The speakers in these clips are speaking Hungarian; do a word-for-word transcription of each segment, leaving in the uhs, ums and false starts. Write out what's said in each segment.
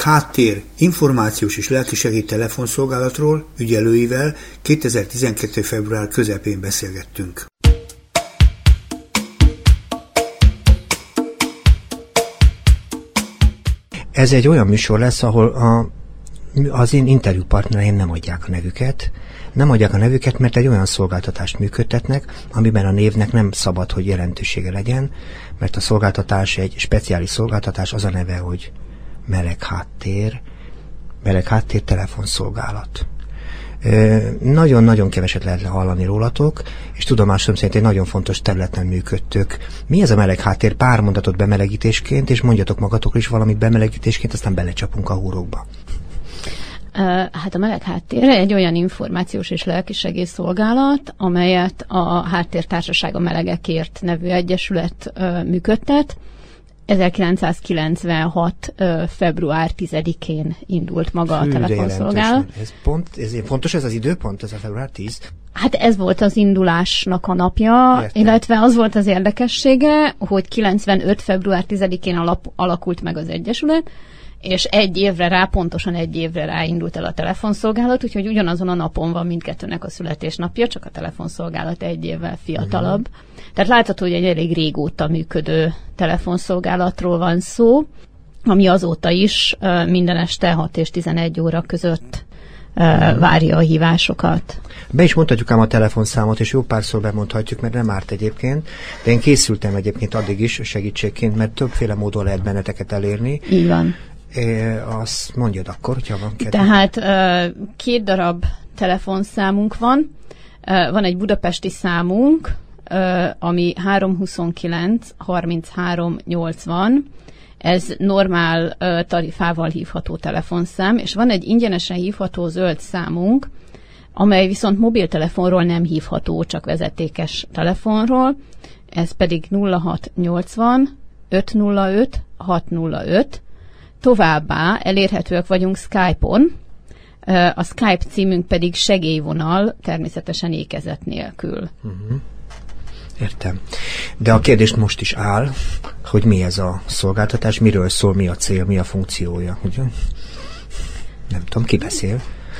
Háttér információs és lelkisegély telefonszolgálatról ügyelőivel kétezer-tizenkettő. február közepén beszélgettünk. Ez egy olyan műsor lesz, ahol a, az én interjúpartnereim nem adják a nevüket. Nem adják a nevüket, mert egy olyan szolgáltatást működtetnek, amiben a névnek nem szabad, hogy jelentősége legyen, mert a szolgáltatás egy speciális szolgáltatás, az a neve, hogy Meleg Háttér, Meleg Háttér telefonszolgálat. Nagyon-nagyon keveset lehet hallani rólatok, és tudomásom szerint egy nagyon fontos területen működtök. Mi ez a Meleg Háttér? Pár mondatot bemelegítésként, és mondjatok magatokról is valamit bemelegítésként, aztán belecsapunk a húrokba. Hát a Meleg Háttér egy olyan információs és lelkisegély szolgálat, amelyet a Háttértársaság a Melegekért nevű egyesület működtet. ezerkilencszázkilencvenhat. február tizedikén indult maga Hű, a telefonszolgálat. Ez pont, ez fontos ez az időpont, ez a február tíz? Hát ez volt az indulásnak a napja, Értem. Illetve az volt az érdekessége, hogy kilencvenöt. február tizedikén alap, alakult meg az egyesület, és egy évre rá, pontosan egy évre rá indult el a telefonszolgálat, úgyhogy ugyanazon a napon van mindkettőnek a születésnapja, csak a telefonszolgálat egy évvel fiatalabb. Uh-huh. Tehát látható, hogy egy elég régóta működő telefonszolgálatról van szó, ami azóta is uh, minden este hat és tizenegy óra között uh, várja a hívásokat. Be is mondhatjuk ám a telefonszámot, és jó párszor bemondhatjuk, mert nem árt egyébként, de én készültem egyébként addig is segítségként, mert többféle módon lehet benneteket elérni. Így van. É, azt mondjad akkor, hogyha van kedve. Tehát két darab telefonszámunk van. Van egy budapesti számunk, ami három huszonkilenc harminchárom nyolcvan. Ez normál tarifával hívható telefonszám, és van egy ingyenesen hívható zöld számunk, amely viszont mobiltelefonról nem hívható, csak vezetékes telefonról. Ez pedig nulla hat nyolcvan ötszázöt hatszázöt. Továbbá elérhetőek vagyunk Skype-on, a Skype címünk pedig segélyvonal, természetesen ékezet nélkül. Uh-huh. Értem. De a kérdés most is áll, hogy mi ez a szolgáltatás, miről szól, mi a cél, mi a funkciója, ugye? Nem tudom, ki beszél?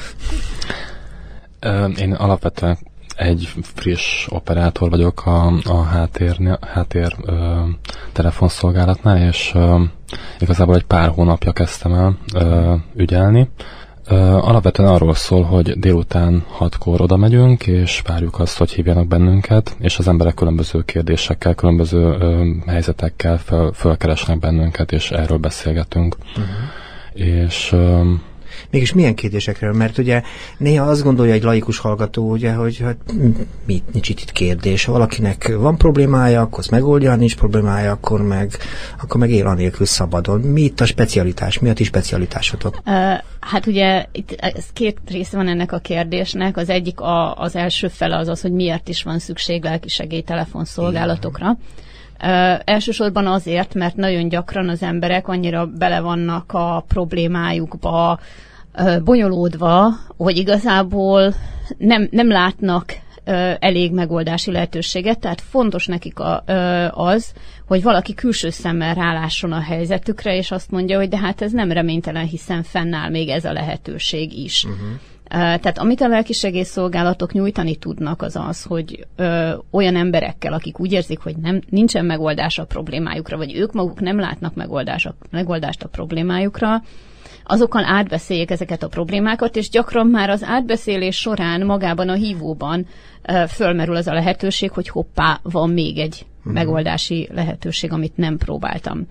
Én alapvetően egy friss operátor vagyok a, a háttér, háttér ö, telefonszolgálatnál, és ö, igazából egy pár hónapja kezdtem el ö, ügyelni. Ö, alapvetően arról szól, hogy délután hatkor oda megyünk, és várjuk azt, hogy hívjanak bennünket, és az emberek különböző kérdésekkel, különböző ö, helyzetekkel fel, felkeresnek bennünket, és erről beszélgetünk. Uh-huh. És... Ö, Mégis milyen kérdésekről? Mert ugye néha azt gondolja egy laikus hallgató, ugye, hogy hát, mit, nincs itt kérdés. Ha valakinek van problémája, akkor azt megoldja, ha nincs problémája, akkor meg, akkor meg él anélkül szabadon. Mi itt a specialitás? Mi a ti specialitásotok? Uh, hát ugye itt ez két része van ennek a kérdésnek. Az egyik a, az első fele az az, hogy miért is van szükség lelkisegély telefonszolgálatokra. Uh, elsősorban azért, mert nagyon gyakran az emberek annyira bele vannak a problémájukba uh, bonyolódva, hogy igazából nem, nem látnak uh, elég megoldási lehetőséget, tehát fontos nekik a, uh, az, hogy valaki külső szemmel rálásson a helyzetükre, és azt mondja, hogy de hát ez nem reménytelen, hiszen fennáll még ez a lehetőség is. Uh-huh. Tehát amit a lelkisegélyszolgálatok nyújtani tudnak, az az, hogy ö, olyan emberekkel, akik úgy érzik, hogy nem, nincsen megoldás a problémájukra, vagy ők maguk nem látnak megoldás a, megoldást a problémájukra, azokkal átbeszéljék ezeket a problémákat, és gyakran már az átbeszélés során magában a hívóban ö, fölmerül az a lehetőség, hogy hoppá, van még egy uh-huh. megoldási lehetőség, amit nem próbáltam.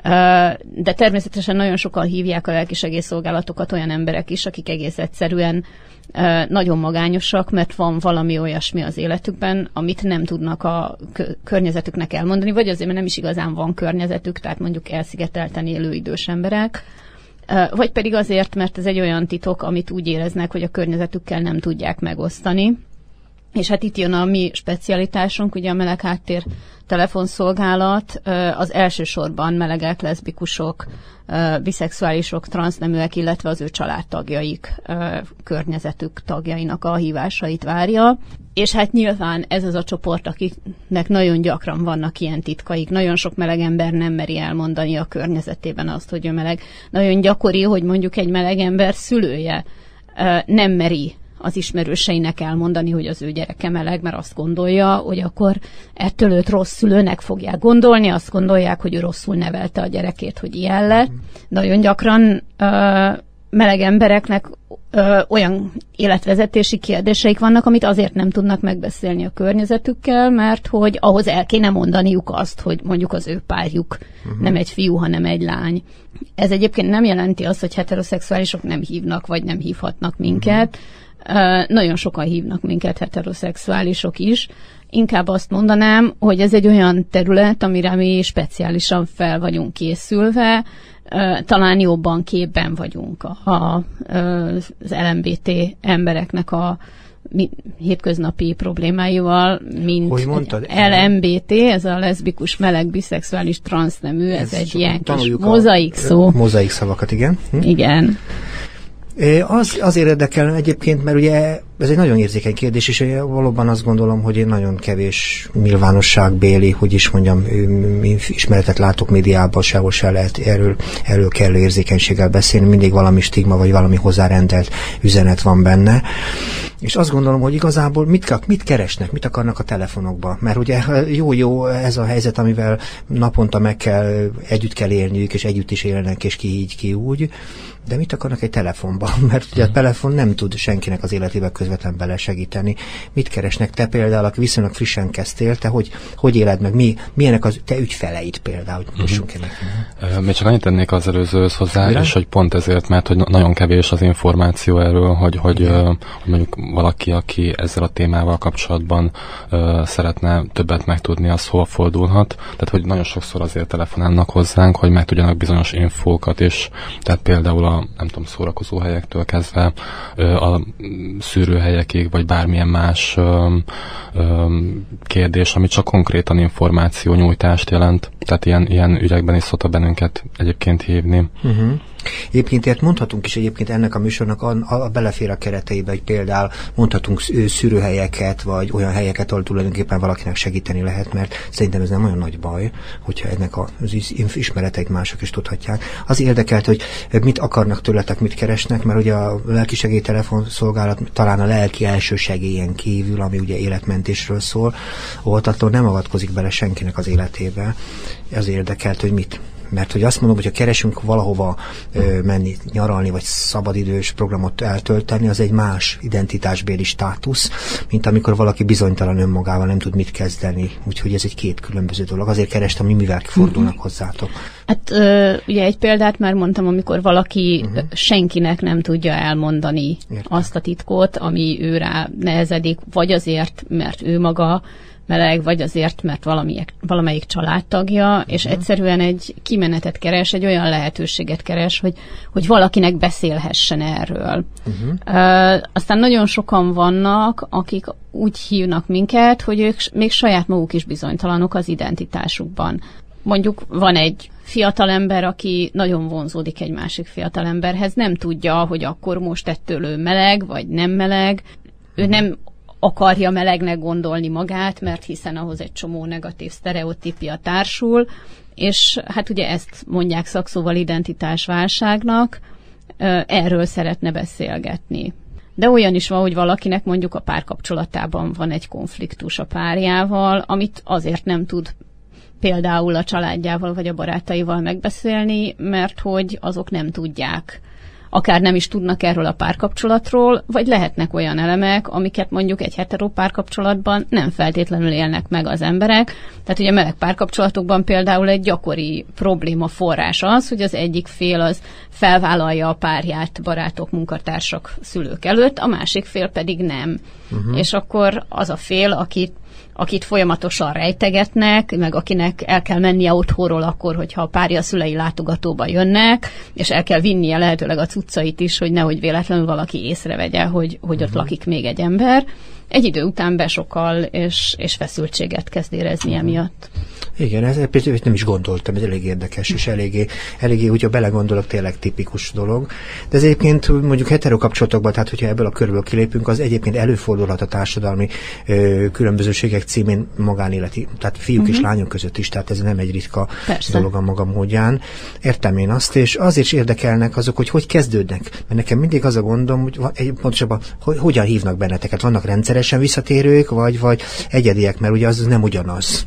De természetesen nagyon sokan hívják a lelkisegélyszolgálatokat olyan emberek is, akik egész egyszerűen nagyon magányosak, mert van valami olyasmi az életükben, amit nem tudnak a környezetüknek elmondani, vagy azért, mert nem is igazán van környezetük, tehát mondjuk elszigetelten élő idős emberek, vagy pedig azért, mert ez egy olyan titok, amit úgy éreznek, hogy a környezetükkel nem tudják megosztani. És hát itt jön a mi specialitásunk, ugye a meleg háttér telefonszolgálat, az elsősorban melegek, leszbikusok, biszexuálisok, transzneműek, illetve az ő családtagjaik, környezetük tagjainak a hívásait várja. És hát nyilván ez az a csoport, akiknek nagyon gyakran vannak ilyen titkaik. Nagyon sok meleg ember nem meri elmondani a környezetében azt, hogy ő meleg. Nagyon gyakori, hogy mondjuk egy meleg ember szülője nem meri az ismerőseinek elmondani, hogy az ő gyereke meleg, mert azt gondolja, hogy akkor ettől őt rossz szülőnek fogják gondolni, azt gondolják, hogy ő rosszul nevelte a gyerekét, hogy ilyen lett. Nagyon gyakran ö, meleg embereknek ö, olyan életvezetési kérdéseik vannak, amit azért nem tudnak megbeszélni a környezetükkel, mert hogy ahhoz el kéne mondaniuk azt, hogy mondjuk az ő párjuk uh-huh. nem egy fiú, hanem egy lány. Ez egyébként nem jelenti azt, hogy heteroszexuálisok nem hívnak, vagy nem hívhatnak minket. Uh-huh. Uh, nagyon sokan hívnak minket heteroszexuálisok is. Inkább azt mondanám, hogy ez egy olyan terület, amire mi speciálisan fel vagyunk készülve, uh, talán jobban képben vagyunk a, a, az el em bé té embereknek a mi, hétköznapi problémáival, mint hogy mondtad? el em bé té, ez a leszbikus, meleg, biszexuális, transznemű, ez, ez egy ilyen kis mozaik szó. Mozaik szavakat, igen. Hm? Igen. Az, azért érdekel egyébként, mert ugye ez egy nagyon érzékeny kérdés, és valóban azt gondolom, hogy én nagyon kevés nyilvánosságbéli, hogy is mondjam, ismeretet látok médiában, sehol se lehet erről, erről kellő érzékenységgel beszélni, mindig valami stigma, vagy valami hozzárendelt üzenet van benne. És azt gondolom, hogy igazából mit, mit keresnek, mit akarnak a telefonokba. Mert ugye jó-jó ez a helyzet, amivel naponta meg kell, együtt kell élniük, és együtt is élnek, és ki így, ki úgy. De mit akarnak egy telefonban? Mert ugye a telefon nem tud senkinek az életébe közvetlen belesegíteni. Mit keresnek te például, aki viszonylag frissen kezdtél, te hogy, hogy éled meg? Mi, milyenek az te ügyfeleid például? Hogy mutassunk ki neki. Még csak annyit tennék az előzőhöz hozzá, Mire? és hogy pont ezért, mert hogy nagyon kevés az információ erről, hogy, hogy, uh, hogy mondjuk valaki, aki ezzel a témával kapcsolatban uh, szeretne többet megtudni, az hol fordulhat. Tehát, hogy nagyon sokszor azért telefonálnak hozzánk, hogy megtudjanak bizonyos infókat, és tehát például a nem tudom, szórakozó helyektől kezdve a szűrőhelyekig, vagy bármilyen más kérdés, ami csak konkrétan információ nyújtást jelent. Tehát ilyen, ilyen ügyekben is szokta bennünket egyébként hívni. Uh-huh. Egyébként ilyet mondhatunk is egyébként ennek a műsornak a, a belefér a kereteibe, hogy például mondhatunk szűrőhelyeket, vagy olyan helyeket, ahol tulajdonképpen valakinek segíteni lehet, mert szerintem ez nem olyan nagy baj, hogyha ennek az ismereteit mások is tudhatják. Az érdekelt, hogy mit akarnak tőletek, mit keresnek, mert ugye a lelkisegély telefonszolgálat talán a lelki elsősegélyen kívül, ami ugye életmentésről szól, oltattól nem avatkozik bele senkinek az életébe. Az érdekelt, hogy mit. Mert hogy azt mondom, hogyha keresünk valahova ö, menni, nyaralni, vagy szabadidős programot eltölteni, az egy más identitásbéli státusz, mint amikor valaki bizonytalan önmagával nem tud mit kezdeni. Úgyhogy ez egy két különböző dolog. Azért kerestem, hogy mivel fordulnak uh-huh. hozzátok. Hát ö, ugye egy példát már mondtam, amikor valaki uh-huh. senkinek nem tudja elmondani Értem. azt a titkot, ami őrá nehezedik, vagy azért, mert ő maga meleg, vagy azért, mert valamelyik, valamelyik családtagja, uh-huh. és egyszerűen egy kimenetet keres, egy olyan lehetőséget keres, hogy, hogy valakinek beszélhessen erről. Uh-huh. Uh, aztán nagyon sokan vannak, akik úgy hívnak minket, hogy ők még saját maguk is bizonytalanok az identitásukban. Mondjuk van egy fiatalember, aki nagyon vonzódik egy másik fiatalemberhez, nem tudja, hogy akkor most ettől ő meleg, vagy nem meleg, ő nem akarja melegnek gondolni magát, mert hiszen ahhoz egy csomó negatív sztereotípia társul, és hát ugye ezt mondják szakszóval identitásválságnak, erről szeretne beszélgetni. De olyan is van, hogy valakinek mondjuk a párkapcsolatában van egy konfliktus a párjával, amit azért nem tud például a családjával vagy a barátaival megbeszélni, mert hogy azok nem tudják, akár nem is tudnak erről a párkapcsolatról, vagy lehetnek olyan elemek, amiket mondjuk egy hetero párkapcsolatban nem feltétlenül élnek meg az emberek. Tehát ugye meleg párkapcsolatokban például egy gyakori probléma forrás az, hogy az egyik fél az felvállalja a párját barátok, munkatársak, szülők előtt, a másik fél pedig nem. Uh-huh. És akkor az a fél, akit akit folyamatosan rejtegetnek, meg akinek el kell mennie otthonról akkor, hogyha a párja szülei látogatóba jönnek, és el kell vinnie lehetőleg a cuccait is, hogy nehogy véletlenül valaki észrevegye, hogy, hogy ott lakik még egy ember. egy idő után besokal, és, és feszültséget kezd érezni emiatt. Igen, ez például nem is gondoltam, ez elég érdekes, és eléggé, eléggé, hogyha belegondolok, tényleg tipikus dolog. De ez egyébként mondjuk heterokapcsolatokban, tehát hogyha ebből a körből kilépünk, az egyébként előfordulhat a társadalmi ö, különbözőségek címén magánéleti, tehát fiúk uh-huh. és lányok között is, tehát ez nem egy ritka Persze. dolog a maga módján. Értem én azt, és azért is érdekelnek azok, hogy hogy kezdődnek. Mert nekem mindig az a gondom, hogy egy, pontosabban, hogy hogyan hívnak benneteket. Vannak rendszeresen visszatérők, vagy, vagy egyediek, mert ugye az nem ugyanaz.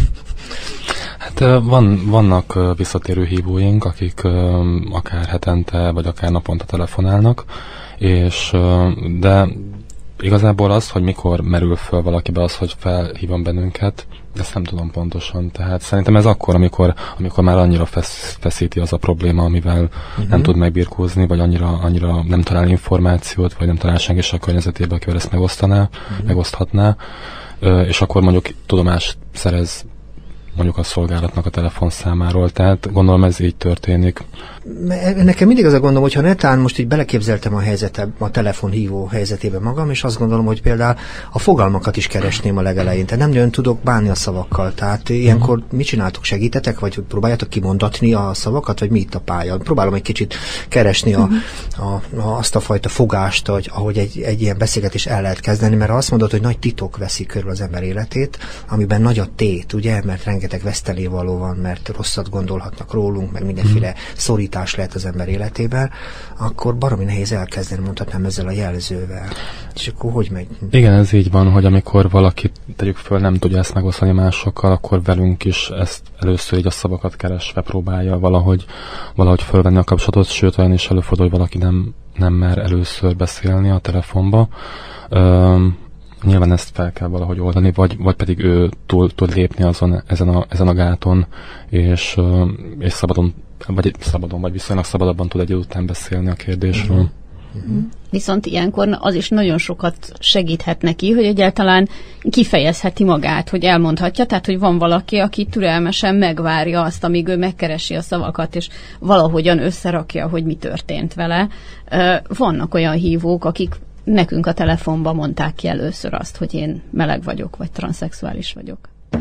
Hát van, vannak visszatérő hívóink, akik akár hetente, vagy akár naponta telefonálnak, és de igazából az, hogy mikor merül föl valakibe az, hogy felhívom bennünket, ezt nem tudom pontosan. Tehát szerintem ez akkor, amikor, amikor már annyira fesz, feszíti az a probléma, amivel uh-huh. nem tud megbirkózni, vagy annyira, annyira nem talál információt, vagy nem talál senki se a környezetében, akivel ezt megosztaná, uh-huh. megoszthatná, és akkor mondjuk tudomást szerez mondjuk a szolgálatnak a telefonszámáról, tehát gondolom ez így történik. Nekem mindig az a gondom, hogyha netán most így beleképzeltem a helyzetem, a telefonhívó helyzetébe magam, és azt gondolom, hogy például a fogalmakat is keresném a legelején, tehát nem nagyon tudok bánni a szavakkal, tehát ilyenkor mit csináltok, segítetek, vagy próbáljátok kimondatni a szavakat, vagy mi itt a pálya? Próbálom egy kicsit keresni a, a, a, azt a fajta fogást, hogy, ahogy egy, egy ilyen beszélgetés el lehet kezdeni, mert azt mondod, hogy nagy titok veszik körül az ember életét, amiben nagy a tét, ugye, mert rengeteg vesztelévaló van, mert rosszat gondolhatnak rólunk, meg mindenféle hmm. szorítás lehet az ember életében, akkor baromi nehéz elkezdeni, mondhatnám ezzel a jelzővel. És akkor hogy megy? Igen, ez így van, hogy amikor valaki, tegyük föl, nem tudja ezt megosztani másokkal, akkor velünk is ezt először így a szavakat keresve próbálja valahogy, valahogy fölvenni a kapcsolatot, sőt olyan is előfordul, hogy valaki nem, nem mer először beszélni a telefonba. Üm, Nyilván ezt fel kell valahogy oldani, vagy, vagy pedig ő túl tud lépni azon, ezen, a, ezen a gáton, és, és szabadon, vagy szabadon, vagy viszonylag szabadabban tud egy idő után beszélni a kérdésről. Uh-huh. Viszont ilyenkor az is nagyon sokat segíthet neki, hogy egyáltalán kifejezheti magát, hogy elmondhatja, tehát hogy van valaki, aki türelmesen megvárja azt, amíg ő megkeresi a szavakat, és valahogyan összerakja, hogy mi történt vele. Vannak olyan hívók, akik nekünk a telefonban mondták ki először azt, hogy én meleg vagyok, vagy transzexuális vagyok.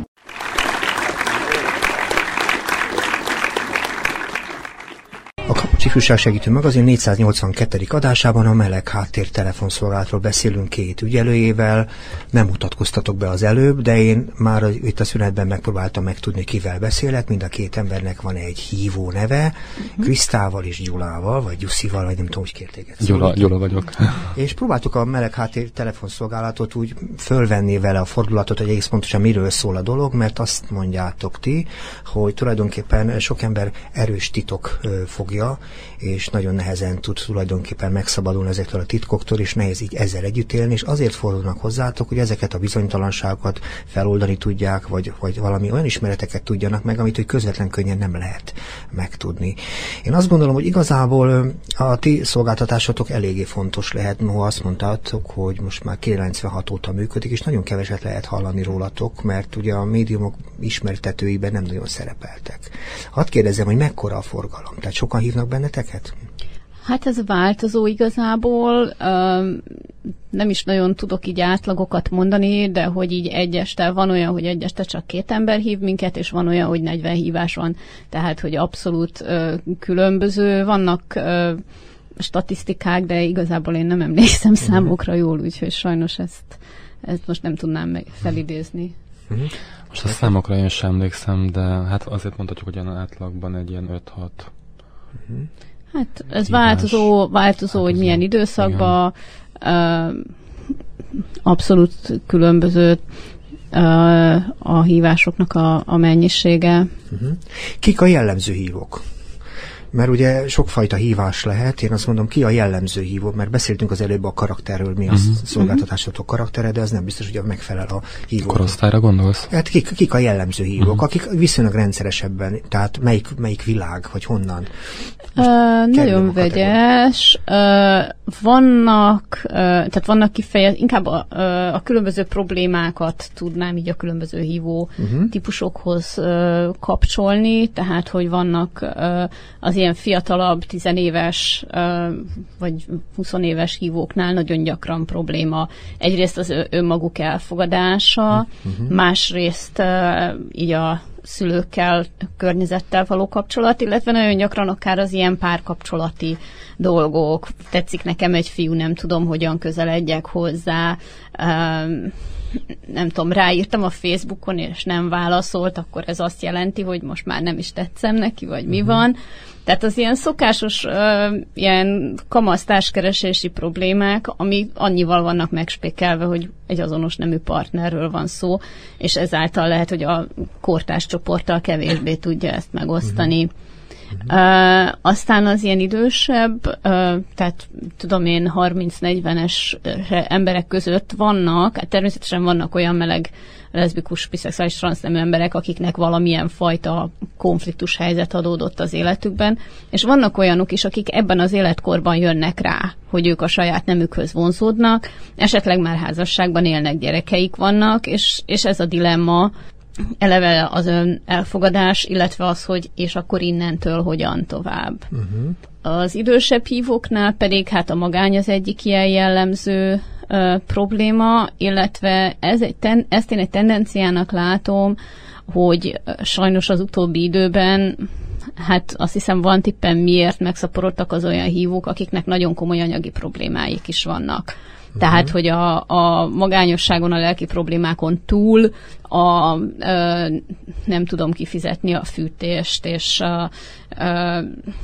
A Kapocs Ifjúság Segítő Magazin négyszáznyolcvankettedik adásában a Meleg Háttér telefonszolgálatról beszélünk két ügyelőjével. Nem mutatkoztatok be az előbb, de én már itt a szünetben megpróbáltam megtudni, kivel beszélek. Mind a két embernek van egy hívó neve, uh-huh. Krisztával és Gyulával, vagy Gyuszival, vagy nem tudom, hogy kérték. Gyula, Gyula vagyok. És próbáltuk a Meleg Háttér telefonszolgálatot úgy fölvenni vele a fordulatot, hogy egész pontosan miről szól a dolog, mert azt mondjátok ti, hogy tulajdonképpen sok ember erős titok fogja, és nagyon nehezen tud tulajdonképpen megszabadulni ezektől a titkoktól, és nehéz így ezzel együtt élni, és azért fordulnak hozzátok, hogy ezeket a bizonytalanságokat feloldani tudják, vagy, vagy valami olyan ismereteket tudjanak meg, amit hogy közvetlen könnyen nem lehet megtudni. Én azt gondolom, hogy igazából a ti szolgáltatásotok eléggé fontos lehet, noha azt mondtátok, hogy most már kilencvenhat óta működik, és nagyon keveset lehet hallani rólatok, mert ugye a médiumok ismertetőiben nem nagyon szerepeltek. Hadd kérdezzem, hogy mekkora a forgalom? Tehát sokan hívnak benneteket? Hát ez változó igazából. Nem is nagyon tudok így átlagokat mondani, de hogy így egy este van olyan, hogy egy este csak két ember hív minket, és van olyan, hogy negyven hívás van. Tehát, hogy abszolút különböző. Vannak statisztikák, de igazából én nem emlékszem számokra jól, úgyhogy sajnos ezt, ezt most nem tudnám meg felidézni. Uh-huh. Most a számokra én sem emlékszem, de hát azért mondhatjuk, hogy olyan átlagban egy ilyen öt-hat. Uh-huh. Hát ez változó, változó, változó, hogy milyen időszakban, uh, abszolút különböző uh, a hívásoknak a, a mennyisége. Uh-huh. Kik a jellemző hívók? Mert ugye sokfajta hívás lehet, én azt mondom, ki a jellemző hívó, mert beszéltünk az előbb a karakterről, mi a uh-huh. szolgáltatásotok karaktere, de az nem biztos, hogy megfelel a hívók. Korosztályra gondolsz? Hát kik, kik a jellemző hívók, uh-huh. akik viszonylag rendszeresebben, tehát melyik, melyik világ, vagy honnan? Uh, nagyon vegyes. Uh, vannak, uh, tehát vannak kifejez, inkább a, uh, a különböző problémákat tudnám így a különböző hívó uh-huh. típusokhoz uh, kapcsolni, tehát hogy vannak uh, az ilyen ilyen fiatalabb, tizenéves vagy huszonéves hívóknál nagyon gyakran probléma. Egyrészt az önmaguk elfogadása, uh-huh. másrészt így a szülőkkel, környezettel való kapcsolat, illetve nagyon gyakran akár az ilyen párkapcsolati dolgok. Tetszik nekem egy fiú, nem tudom, hogyan közeledjek hozzá, nem tudom, ráírtam a Facebookon, és nem válaszolt, akkor ez azt jelenti, hogy most már nem is tetszem neki, vagy mi uh-huh. van. Tehát az ilyen szokásos, uh, ilyen kamasztáskeresési problémák, ami annyival vannak megspékelve, hogy egy azonos nemű partnerről van szó, és ezáltal lehet, hogy a kortárs csoporttal kevésbé tudja ezt megosztani. Uh-huh. Uh, aztán az ilyen idősebb, uh, tehát tudom én harminc-negyvenes emberek között vannak, hát természetesen vannak olyan meleg, leszbikus, biszexuális, transznemű emberek, akiknek valamilyen fajta konfliktus helyzet adódott az életükben, és vannak olyanok is, akik ebben az életkorban jönnek rá, hogy ők a saját nemükhöz vonzódnak, esetleg már házasságban élnek, gyerekeik vannak, és, és ez a dilemma, eleve az ön elfogadás, illetve az, hogy és akkor innentől hogyan tovább. Uh-huh. Az idősebb hívóknál pedig hát a magány az egyik ilyen jellemző uh, probléma, illetve ez egy ten, ezt én egy tendenciának látom, hogy uh, sajnos az utóbbi időben, hát azt hiszem van tippen miért megszaporodtak az olyan hívók, akiknek nagyon komoly anyagi problémáik is vannak. Tehát, hogy a, a magányosságon, a lelki problémákon túl a, ö, nem tudom kifizetni a fűtést, és ö, ö,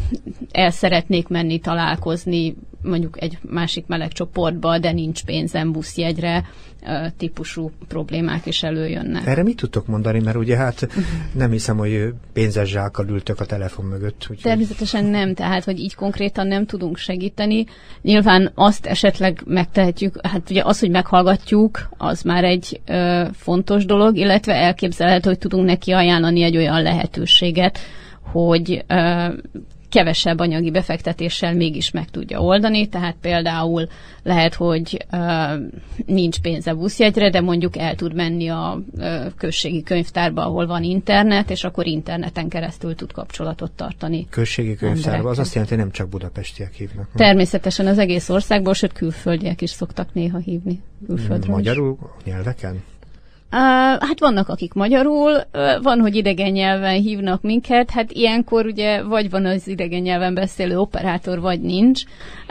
el szeretnék menni találkozni mondjuk egy másik meleg csoportba, de nincs pénzem buszjegyre, ö, típusú problémák is előjönnek. Erre mit tudtok mondani? Mert ugye hát nem hiszem, hogy pénzes zsákkal ültök a telefon mögött. Úgyhogy... Természetesen nem, tehát, hogy így konkrétan nem tudunk segíteni. Nyilván azt esetleg megtehetjük, hát ugye az, hogy meghallgatjuk, az már egy ö, fontos dolog, illetve elképzelhető, hogy tudunk neki ajánlani egy olyan lehetőséget, hogy ö, kevesebb anyagi befektetéssel mégis meg tudja oldani, tehát például lehet, hogy ö, nincs pénze buszjegyre, de mondjuk el tud menni a ö, községi könyvtárba, ahol van internet, és akkor interneten keresztül tud kapcsolatot tartani. Községi könyvtárba, az azt jelenti, hogy nem csak budapestiek hívnak. Természetesen az egész országból, sőt külföldiek is szoktak néha hívni külföldről. Magyarul nyelveken? Uh, hát vannak, akik magyarul, uh, van, hogy idegen nyelven hívnak minket, hát ilyenkor ugye vagy van az idegen nyelven beszélő operátor, vagy nincs,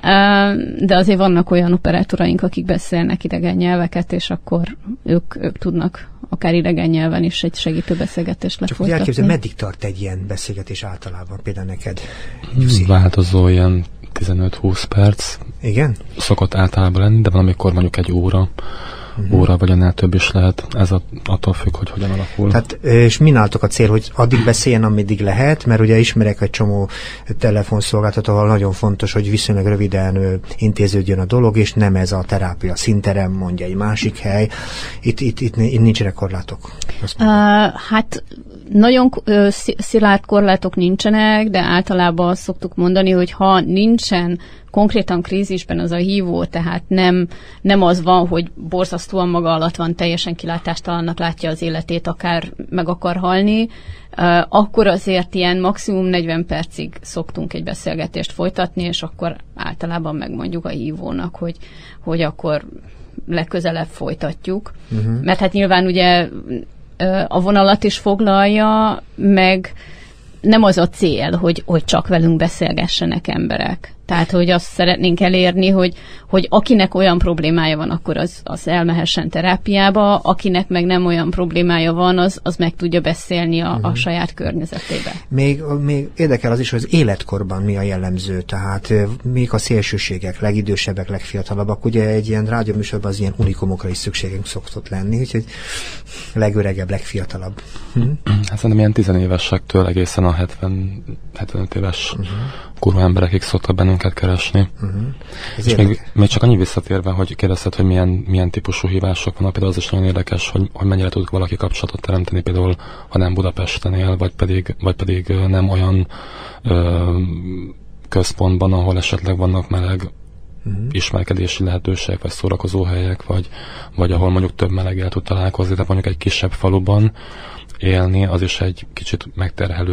uh, de azért vannak olyan operátoraink, akik beszélnek idegen nyelveket, és akkor ők, ők tudnak akár idegen nyelven is egy segítő beszélgetést lefolytatni. Csak elképzel, meddig tart egy ilyen beszélgetés általában, például neked? Jussi? Változó, ilyen tizenöt-húsz perc. Igen? Szokott általában lenni, de van, amikor mondjuk egy óra, uh-huh. óra vagy annál több is lehet. Ez a, attól függ, hogy hogyan alakul. Tehát, és min álltok a cél, hogy addig beszéljen, ameddig lehet, mert ugye ismerek egy csomó telefonszolgáltató, ahol nagyon fontos, hogy viszonylag röviden ö, intéződjön a dolog, és nem ez a terápia színterem, mondja egy másik hely. Itt, itt, itt, itt nincsenek korlátok. Uh, hát nagyon ö, szilárd korlátok nincsenek, de általában azt szoktuk mondani, hogy ha nincsen konkrétan krízisben az a hívó, tehát nem, nem az van, hogy borzasztóan maga alatt van, teljesen kilátástalannak látja az életét, akár meg akar halni, uh, akkor azért ilyen maximum negyven percig szoktunk egy beszélgetést folytatni, és akkor általában megmondjuk a hívónak, hogy, hogy akkor legközelebb folytatjuk. Uh-huh. Mert hát nyilván ugye a vonalat is foglalja, meg nem az a cél, hogy, hogy csak velünk beszélgessenek emberek. Tehát, hogy azt szeretnénk elérni, hogy, hogy akinek olyan problémája van, akkor az, az elmehessen terápiába, akinek meg nem olyan problémája van, az, az meg tudja beszélni a, a saját környezetébe. Még, még érdekel az is, hogy az életkorban mi a jellemző, tehát még a szélsőségek, legidősebbek, legfiatalabbak, ugye egy ilyen rádióműsorban az ilyen unikumokra is szükségünk szokott lenni, úgyhogy legöregebb, legfiatalabb. Hm? Hát szerintem ilyen tizenévesektől egészen a hetven, hetvenöt éves uh-huh. kurva emberekig szoktak bennünket keresni. Uh-huh. És még, még csak annyi visszatérve, hogy kérdezted, hogy milyen, milyen típusú hívások vannak, például az is nagyon érdekes, hogy, hogy mennyire tud valaki kapcsolatot teremteni, például ha nem Budapesten él, vagy pedig, vagy pedig nem olyan ö, központban, ahol esetleg vannak meleg uh-huh. ismerkedési lehetőségek, vagy szórakozóhelyek, vagy, vagy ahol mondjuk több meleggel tud találkozni, de mondjuk egy kisebb faluban élni, az is egy kicsit megterhelőbb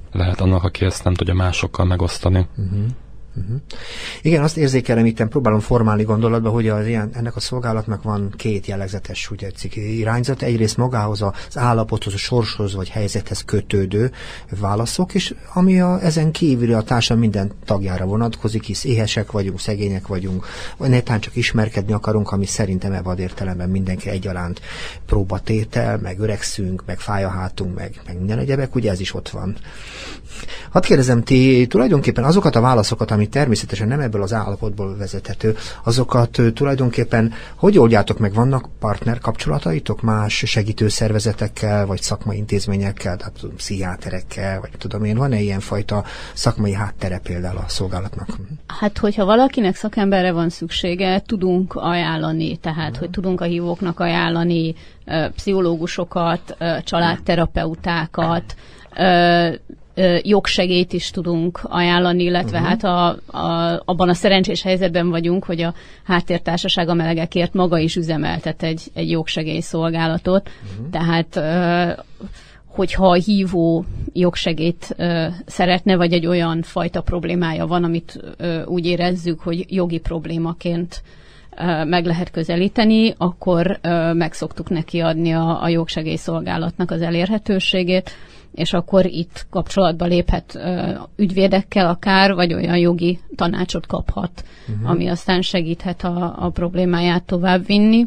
lehet annak, aki ezt nem tudja másokkal megosztani. Uh-huh. Uh-huh. Igen, azt érzékelem, itten próbálom formálni gondolatba, hogy az ilyen, ennek a szolgálatnak van két jellegzetes úgy tetszik, irányzat. Egyrészt magához az állapothoz, a sorshoz vagy helyzethez kötődő válaszok, és ami a, ezen kívül a társadalom minden tagjára vonatkozik, hisz éhesek vagyunk, szegények vagyunk, vagy netán csak ismerkedni akarunk, ami szerintem ebben az értelemben mindenki egyaránt próbatétel, meg öregszünk, meg fáj a hátunk, meg, meg minden egyebek, ugye ez is ott van. Hadd kérdezem, ti tulajdonképpen azokat a válaszokat, ami természetesen nem ebből az állapotból vezethető, azokat tulajdonképpen hogy oldjátok meg? Vannak partner kapcsolataitok más segítőszervezetekkel, vagy szakmai intézményekkel, tehát tudom, pszichiáterekkel, vagy tudom én, van-e ilyenfajta szakmai háttere például a szolgálatnak? Hát, hogyha valakinek szakemberre van szüksége, tudunk ajánlani, tehát, hmm. hogy tudunk a hívóknak ajánlani uh, pszichológusokat, uh, családterapeutákat, uh, jogsegélyt is tudunk ajánlani, illetve uh-huh. hát a, a, abban a szerencsés helyzetben vagyunk, hogy a Háttértársaság a melegekért maga is üzemeltet egy, egy jogsegélyszolgálatot, uh-huh. tehát hogyha a hívó jogsegélyt szeretne, vagy egy olyan fajta problémája van, amit úgy érezzük, hogy jogi problémaként meg lehet közelíteni, akkor meg szoktuk neki adni a, a jogsegélyszolgálatnak az elérhetőségét, és akkor itt kapcsolatba léphet ö, ügyvédekkel akár, vagy olyan jogi tanácsot kaphat, uh-huh. ami aztán segíthet a, a problémáját továbbvinni.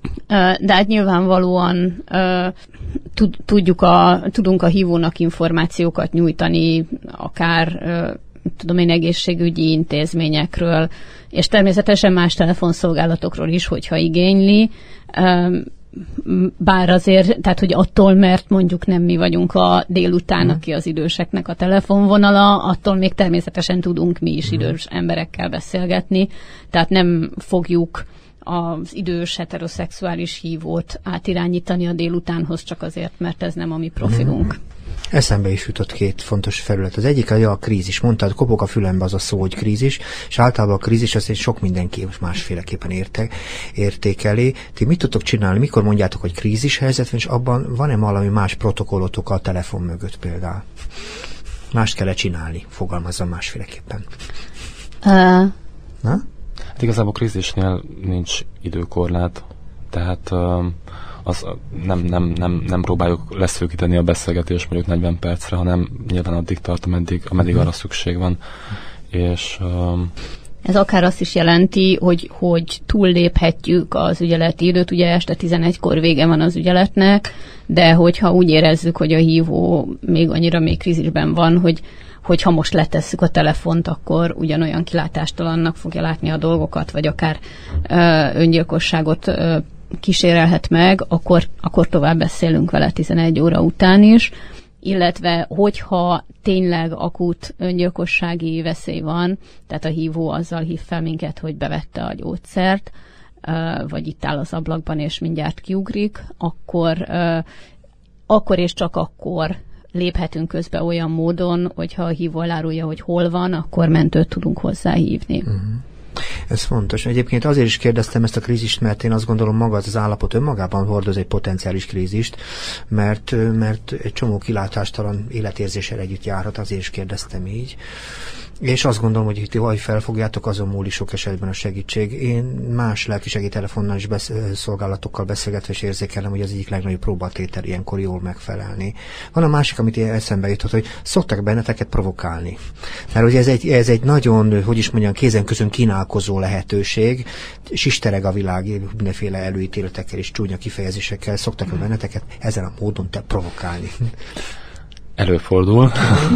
De hát nyilvánvalóan ö, tud, tudjuk a, tudunk a hívónak információkat nyújtani, akár ö, tudom én, egészségügyi intézményekről, és természetesen más telefonszolgálatokról is, hogyha igényli. Ö, Bár azért, tehát hogy attól, mert mondjuk nem mi vagyunk a délután, mm. aki az időseknek a telefonvonala, attól még természetesen tudunk mi is mm. idős emberekkel beszélgetni, tehát nem fogjuk az idős heteroszexuális hívót átirányítani a délutánhoz csak azért, mert ez nem a mi profilunk. Mm. Eszembe is jutott két fontos felület. Az egyik a, a krízis. Mondtad, kopog a fülembe az a szó, hogy krízis, és általában a krízis azt sok mindenki most másféleképpen érte, értékeli. Ti mit tudtok csinálni? Mikor mondjátok, hogy krízis helyzet van, és abban van-e valami más protokollotok a telefon mögött például? Mást kell csinálni, fogalmazzam másféleképpen. Uh. Na? Hát igazából krízisnél nincs időkorlát, tehát uh, az nem, nem, nem, nem próbáljuk leszűkíteni a beszélgetést mondjuk negyven percre, hanem nyilván addig tart, ameddig, ameddig arra szükség van. És, um... ez akár azt is jelenti, hogy, hogy túlléphetjük az ügyeleti időt, ugye este tizenegykor vége van az ügyeletnek, de hogyha úgy érezzük, hogy a hívó még annyira még krízisben van, hogy hogyha most letesszük a telefont, akkor ugyanolyan kilátástalannak fogja látni a dolgokat, vagy akár ö, öngyilkosságot ö, kísérelhet meg, akkor, akkor tovább beszélünk vele tizenegy óra után is, illetve hogyha tényleg akut öngyilkossági veszély van, tehát a hívó azzal hív fel minket, hogy bevette a gyógyszert, vagy itt áll az ablakban, és mindjárt kiugrik, akkor, akkor és csak akkor léphetünk közbe olyan módon, hogyha a hívó elárulja, hogy hol van, akkor mentőt tudunk hozzá hívni. Uh-huh. Ez fontos. Egyébként azért is kérdeztem ezt a krízist, mert én azt gondolom, maga az állapot önmagában hordoz egy potenciális krízist, mert, mert egy csomó kilátástalan életérzéssel együtt járhat, azért is kérdeztem így. És azt gondolom, hogy itt vagy felfogjátok, azon múlik sok esetben a segítség. Én más lelkisegély telefonnal is besz- szolgálatokkal beszélgetve és érzékelem, hogy az egyik legnagyobb próbatétel ilyenkor jól megfelelni. Van a másik, amit eszembe jutott, hogy szoktak benneteket provokálni. Mert ugye ez egy, ez egy nagyon, hogy is mondjam, kézen közön kínálkozó lehetőség, sistereg a világ mindenféle előítéletekkel és csúnya kifejezésekkel, szoktak benneteket ezen a módon te provokálni. Előfordul.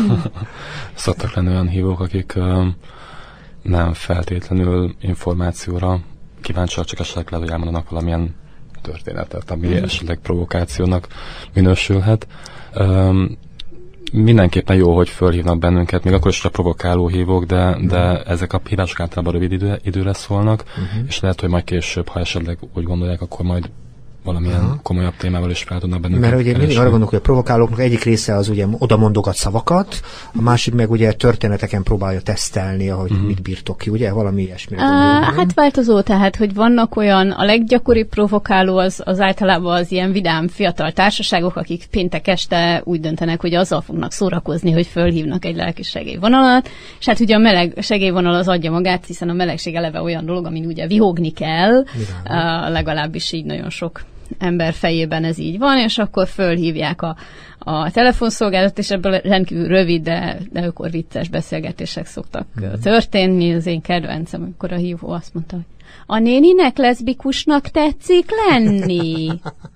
Szoktak lenni olyan hívók, akik uh, nem feltétlenül információra kíváncsiak, csak esetleg lehet, hogy elmondanak valamilyen történetet, ami mm. esetleg provokációnak minősülhet. Um, mindenképpen jó, hogy fölhívnak bennünket, még akkor is csak provokáló hívók, de, mm. de ezek a hívások általában rövid idő, időre szólnak, mm-hmm. és lehet, hogy majd később, ha esetleg úgy gondolják, akkor majd valamilyen Aha. komolyabb témával is fel tudnak bennünket Mert ugye keresni. mindig arra gondolok, hogy a provokálóknak egyik része az ugye oda mondogat szavakat, a másik meg ugye történeteken próbálja tesztelni, ahogy uh-huh. mit bírtok ki, ugye? Valami ilyesmire gondolom. Hát változó, tehát, hogy vannak olyan, a leggyakoribb provokáló az, az általában az ilyen vidám fiatal társaságok, akik péntek este úgy döntenek, hogy azzal fognak szórakozni, hogy fölhívnak egy lelki segélyvonalat, és hát ugye a meleg segélyvonal az adja magát, hiszen a melegség eleve olyan dolog, amin ugye vihogni kell, uh, legalábbis így nagyon sok ember fejében ez így van, és akkor fölhívják a, a telefonszolgálatot, és ebből rendkívül rövid, de, de akkor vicces beszélgetések szoktak mm. történni. Az én kedvencem, amikor a hívó azt mondta, hogy a néninek leszbikusnak tetszik lenni.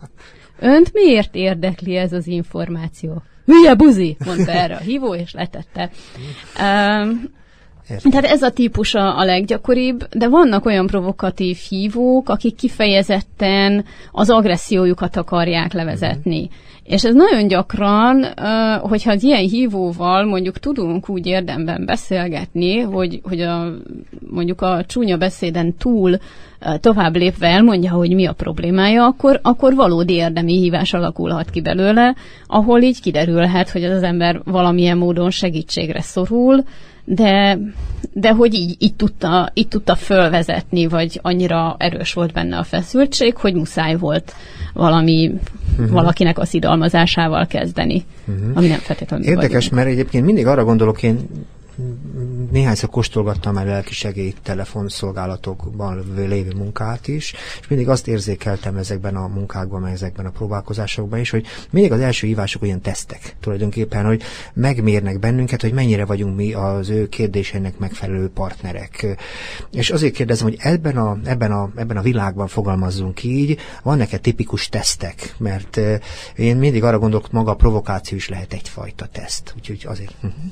Önt miért érdekli ez az információ? Hülye buzi, mondta erre a hívó, és letette. Um, Tehát ez a típus a, a leggyakoribb, de vannak olyan provokatív hívók, akik kifejezetten az agressziójukat akarják levezetni. Mm. És ez nagyon gyakran, hogyha az ilyen hívóval mondjuk tudunk úgy érdemben beszélgetni, hogy, hogy a, mondjuk a csúnya beszéden túl tovább lépve elmondja, hogy mi a problémája, akkor, akkor valódi érdemi hívás alakulhat ki belőle, ahol így kiderülhet, hogy az ember valamilyen módon segítségre szorul, de, de hogy így, így, tudta, így tudta fölvezetni, vagy annyira erős volt benne a feszültség, hogy muszáj volt valami, uh-huh. valakinek a szidalmazásával kezdeni, uh-huh. ami nem feltétlenül Érdekes, vagyunk. Mert egyébként mindig arra gondolok, én néhányszor kóstolgattam már lelkisegély telefonszolgálatokban lévő munkát is, és mindig azt érzékeltem ezekben a munkákban, meg ezekben a próbálkozásokban is, hogy mindig az első hívások olyan tesztek tulajdonképpen, hogy megmérnek bennünket, hogy mennyire vagyunk mi az ő kérdésének megfelelő partnerek. És azért kérdezem, hogy ebben a, ebben a, ebben a világban fogalmazzunk így, vannak-e tipikus tesztek? Mert én mindig arra gondolok, hogy maga a provokáció is lehet egyfajta teszt. Úgyhogy azért...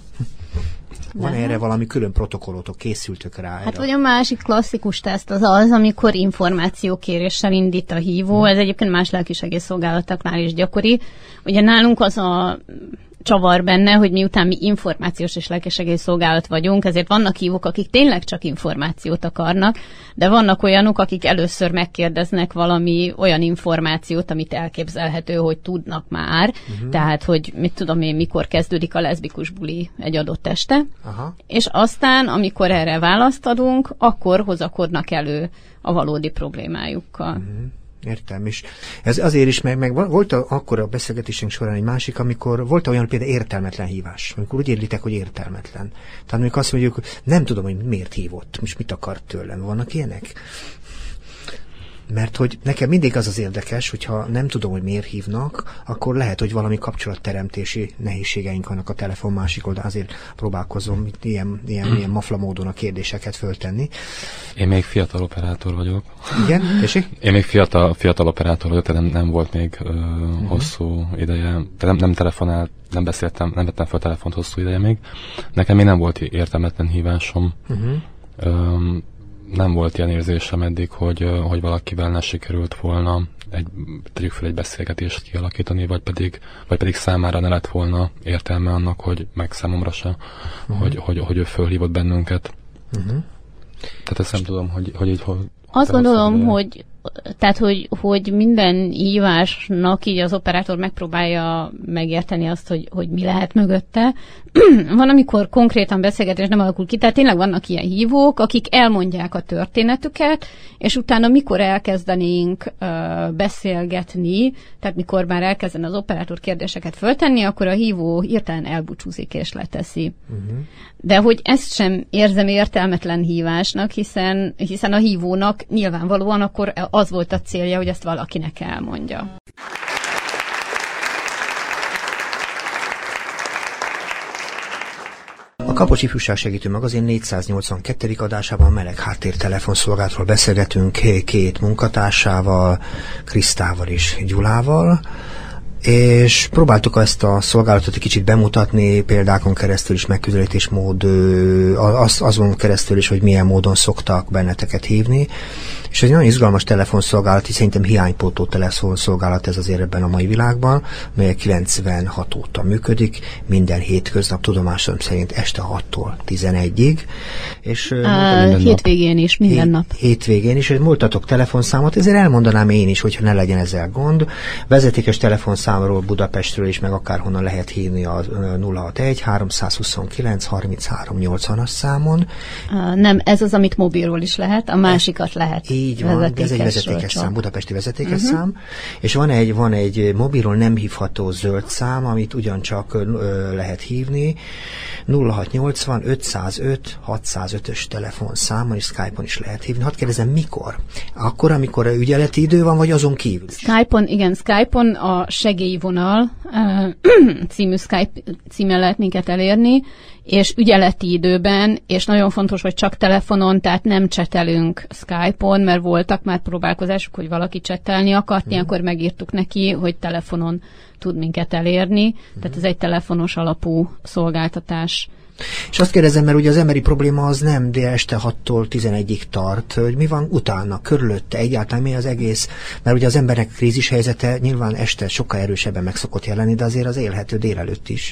Van de erre valami külön protokollotok, készültök rá? Hát vagy a másik klasszikus teszt az az, amikor információkéréssel indít a hívó, hmm. ez egyébként más lelkisegélyszolgálatoknál is gyakori. Ugye nálunk az a csavar benne, hogy miután mi információs és lelkisegélyszolgálat vagyunk, ezért vannak hívók, akik tényleg csak információt akarnak, de vannak olyanok, akik először megkérdeznek valami olyan információt, amit elképzelhető, hogy tudnak már, uh-huh. tehát, hogy mit tudom én, mikor kezdődik a leszbikus buli egy adott este, Aha. és aztán, amikor erre választ adunk, akkor hozakodnak elő a valódi problémájukkal. Uh-huh. Értem, és ez azért is, meg, meg volt a, akkor a beszélgetésünk során egy másik, amikor volt olyan például értelmetlen hívás, amikor úgy érlitek, hogy értelmetlen. Tehát amikor azt mondjuk, nem tudom, hogy miért hívott, most mit akart tőlem. Vannak ilyenek? Mert hogy nekem mindig az az érdekes, hogyha nem tudom, hogy miért hívnak, akkor lehet, hogy valami kapcsolatteremtési nehézségeink vannak a telefon másik oldalán, azért próbálkozom itt ilyen, ilyen, ilyen mafla módon a kérdéseket föltenni. Én még fiatal operátor vagyok. Igen? És Én még fiatal, fiatal operátor vagyok, tehát nem, nem volt még ö, uh-huh. hosszú ideje, tehát nem, nem telefonált, nem beszéltem, nem vettem fel a telefont hosszú ideje még. Nekem még nem volt értelmetlen hívásom. Uh-huh. Ö, nem volt ilyen érzésem eddig, hogy, hogy valakivel ne sikerült volna egy, tegyük fel egy beszélgetést kialakítani, vagy pedig, vagy pedig számára ne lett volna értelme annak, hogy meg számomra se, uh-huh. hogy, hogy, hogy ő fölhívott bennünket. Uh-huh. Tehát ezt nem tudom, hogy, hogy így... Hogy Azt gondolom, hogy tehát, hogy, hogy minden hívásnak így az operátor megpróbálja megérteni azt, hogy, hogy mi lehet mögötte. Van, amikor konkrétan beszélgetés nem alakul ki, tehát tényleg vannak ilyen hívók, akik elmondják a történetüket, és utána mikor elkezdenénk uh, beszélgetni, tehát mikor már elkezden az operátor kérdéseket föltenni, akkor a hívó hirtelen elbúcsúzik és leteszi. Uh-huh. De hogy ezt sem érzem értelmetlen hívásnak, hiszen, hiszen a hívónak nyilvánvalóan akkor az volt a célja, hogy ezt valakinek elmondja. A Kapocs Ifjúság Segítő Magazin négyszáznyolcvankettedik adásában a meleg háttér telefonszolgálatról beszélgetünk két munkatársával, Krisztával és Gyulával, és próbáltuk ezt a szolgálatot egy kicsit bemutatni, példákon keresztül is, megközelítésmód, az, azon keresztül is, hogy milyen módon szoktak benneteket hívni. És egy nagyon izgalmas telefonszolgálat, szerintem hiánypótló telefonszolgálat ez azért ebben a mai világban, mely kilencvenhat óta működik, minden hétköznap tudomásom szerint este hattól tizenegyig. És uh, hétvégén is, minden nap. Hétvégén is, hogy múltatok telefonszámot, ezért elmondanám én is, hogyha ne legyen ezzel gond. Vezetékes telefonszámról Budapestről is, meg akárhonnan lehet hívni a nulla hatvanegy háromszázhuszonkilenc harminchárom nyolcvanas számon. Uh, nem, ez az, amit mobilról is lehet, a másikat lehet. Így van, ez egy vezetékes szám, budapesti vezetékes uh-huh. szám, és van egy, van egy mobilról nem hívható zöld szám, amit ugyancsak ö, lehet hívni, nulla hatszáznyolcvan ötszázöt hatszázötös telefonszámon és Skype-on is lehet hívni. Hadd kérdezem, mikor? Akkor, amikor ügyeleti idő van, vagy azon kívül? Skype-on, igen, Skype-on a segélyvonal uh, című Skype címmel lehet minket elérni, és ügyeleti időben, és nagyon fontos, hogy csak telefonon, tehát nem csetelünk Skype-on, mert voltak már próbálkozások, hogy valaki csetelni akart, mm. akkor megírtuk neki, hogy telefonon tud minket elérni, mm. tehát ez egy telefonos alapú szolgáltatás. És azt kérdezem, mert ugye az emberi probléma az nem de este hattól tizenegyig tart, hogy mi van utána, körülötte, egyáltalán mi az egész, mert ugye az emberek krízis helyzete nyilván este sokkal erősebben meg szokott jelenni, de azért az élhető délelőtt is.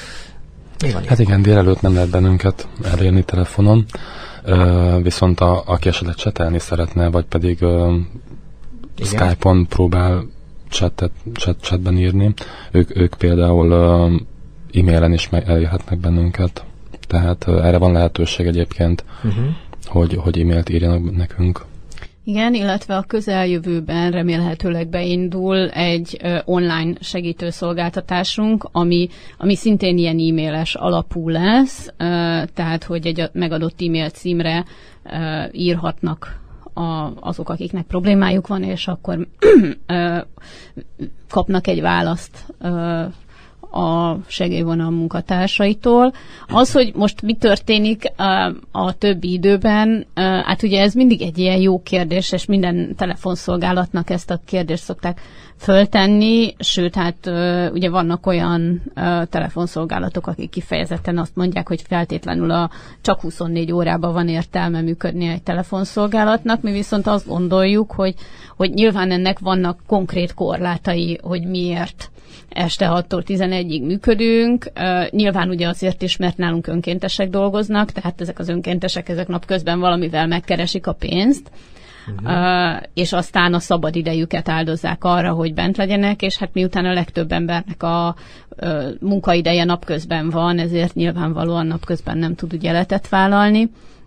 Hát igen, délelőtt nem lehet bennünket elérni telefonon, uh, viszont a, aki esetleg csetelni szeretne, vagy pedig uh, Skype-on próbál chatet, chat, chatben írni, ők, ők például uh, e-mailen is elérhetnek bennünket. Tehát uh, erre van lehetőség egyébként, uh-huh. hogy, hogy e-mailt írjanak nekünk. Igen, illetve a közeljövőben remélhetőleg beindul egy uh, online segítőszolgáltatásunk, ami, ami szintén ilyen e-mailes alapú lesz, uh, tehát hogy egy megadott e-mail címre uh, írhatnak a, azok, akiknek problémájuk van, és akkor uh, kapnak egy választ uh, a segélyvonal munkatársaitól. Az, hogy most mi történik a, a többi időben, hát ugye ez mindig egy ilyen jó kérdés, és minden telefonszolgálatnak ezt a kérdést szokták föltenni, sőt, hát ugye vannak olyan telefonszolgálatok, akik kifejezetten azt mondják, hogy feltétlenül a csak huszonnégy órában van értelme működni egy telefonszolgálatnak, mi viszont azt gondoljuk, hogy, hogy nyilván ennek vannak konkrét korlátai, hogy miért este hattól tizenegyig működünk. Uh, nyilván ugye azért is, mert nálunk önkéntesek dolgoznak, tehát ezek az önkéntesek ezek napközben valamivel megkeresik a pénzt, uh-huh. uh, és aztán a szabad idejüket áldozzák arra, hogy bent legyenek, és hát miután a legtöbb embernek a uh, munkaideje napközben van, ezért nyilvánvalóan napközben nem tud ügyeletet vállalni.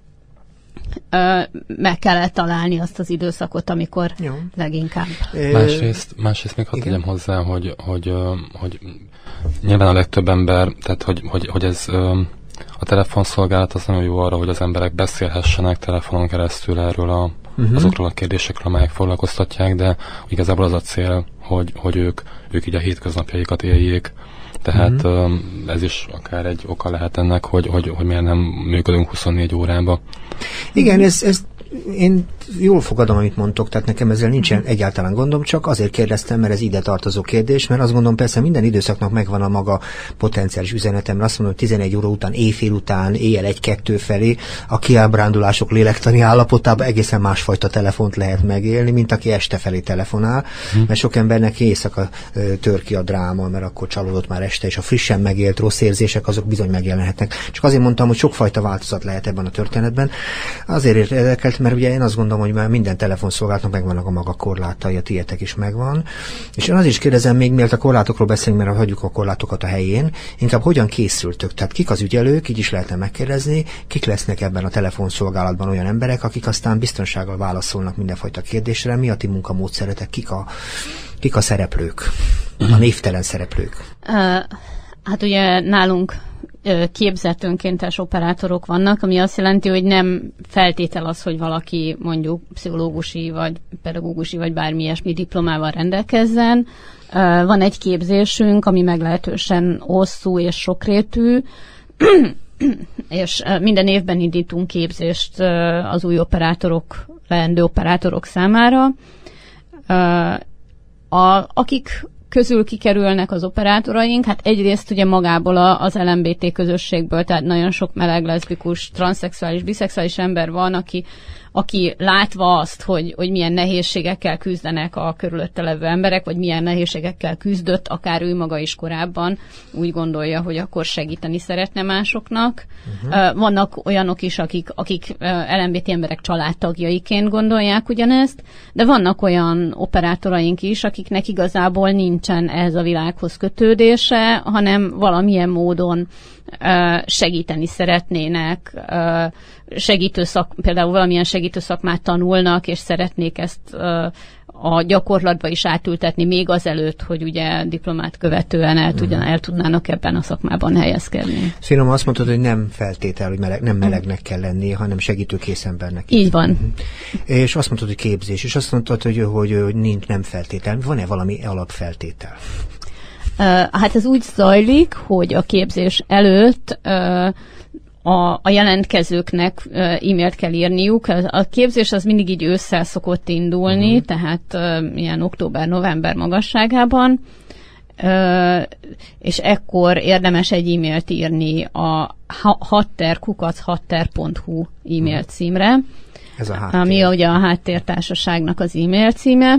Meg kellett találni azt az időszakot, amikor Jó. leginkább. Másrészt, másrészt még hadd tegyem hozzá, hogy, hogy, hogy nyilván a legtöbb ember, tehát hogy, hogy, hogy ez a telefonszolgálat az nagyon jó arra, hogy az emberek beszélhessenek telefonon keresztül erről a, uh-huh. azokról a kérdésekről, amelyek foglalkoztatják, de igazából az a cél, hogy, hogy ők, ők így a hétköznapjaikat éljék. Tehát uh-huh. ez is akár egy oka lehet ennek, hogy, hogy, hogy miért nem működünk huszonnégy órában. Igen, ez, ez én jól fogadom, amit mondtok, tehát nekem ezzel nincsen egyáltalán gondom, csak azért kérdeztem, mert ez ide tartozó kérdés, mert azt gondolom, persze minden időszaknak megvan a maga potenciális üzenetem, mert azt mondom, hogy tizenegy óra után, éjfél után, éjjel egy-kettő felé a kiábrándulások lélektani állapotában egészen másfajta telefont lehet megélni, mint aki este felé telefonál, hm. mert sok embernek éjszaka tör ki a dráma, mert akkor csalódott már este, és a frissen megélt rossz érzések, azok bizony megjelenhetnek. Csak azért mondtam, hogy sokfajta változat lehet ebben a történetben. Azért érdekelt, mert ugye én azt gondolom, hogy már minden telefonszolgálatnak megvannak a maga korlátai, a tietek is megvan. És én az is kérdezem, még mielőtt a korlátokról beszélünk, mert hagyjuk a korlátokat a helyén, inkább hogyan készültök? Tehát kik az ügyelők, így is lehetne megkérdezni, kik lesznek ebben a telefonszolgálatban olyan emberek, akik aztán biztonsággal válaszolnak mindenfajta kérdésre, mi a ti munkamódszeretek, kik a, kik a szereplők, a névtelen szereplők? Uh, hát ugye nálunk képzett önkéntes operátorok vannak, ami azt jelenti, hogy nem feltétel az, hogy valaki mondjuk pszichológusi, vagy pedagógusi, vagy bármi ilyesmi diplomával rendelkezzen. Van egy képzésünk, ami meglehetősen hosszú és sokrétű, és minden évben indítunk képzést az új operátorok, leendő operátorok számára. A, akik közül kikerülnek az operátoraink, hát egyrészt ugye magából az el em bé té közösségből, tehát nagyon sok meleg, leszbikus, transzexuális, biszexuális ember van, aki, aki látva azt, hogy, hogy milyen nehézségekkel küzdenek a körülötte levő emberek, vagy milyen nehézségekkel küzdött, akár ő maga is korábban, úgy gondolja, hogy akkor segíteni szeretne másoknak. Uh-huh. Vannak olyanok is, akik, akik el em bé té emberek családtagjaiként gondolják ugyanezt, de vannak olyan operátoraink is, akiknek igazából nincsen ehhez a világhoz kötődése, hanem valamilyen módon segíteni szeretnének, segítőszak, például valamilyen segítőszakmát tanulnak, és szeretnék ezt a gyakorlatba is átültetni még azelőtt, hogy ugye diplomát követően el, tudjan, el tudnának ebben a szakmában helyezkedni. Finom, azt mondtad, hogy nem feltétel, hogy meleg, nem melegnek kell lenni, hanem segítőkész embernek. Így van. Uh-huh. És azt mondtad, hogy képzés, és azt mondtad, hogy, hogy, hogy nincs nem feltétel. Van-e valami alapfeltétel? Uh, hát ez úgy zajlik, hogy a képzés előtt uh, a, a jelentkezőknek uh, e-mailt kell írniuk. A képzés az mindig így ősszel szokott indulni, uh-huh. tehát uh, ilyen október-november magasságában, uh, és ekkor érdemes egy e-mailt írni a hatter kukac hatter pont hu e-mail uh-huh. címre, ez a háttér. Ami ugye a háttértársaságnak az e-mail címe.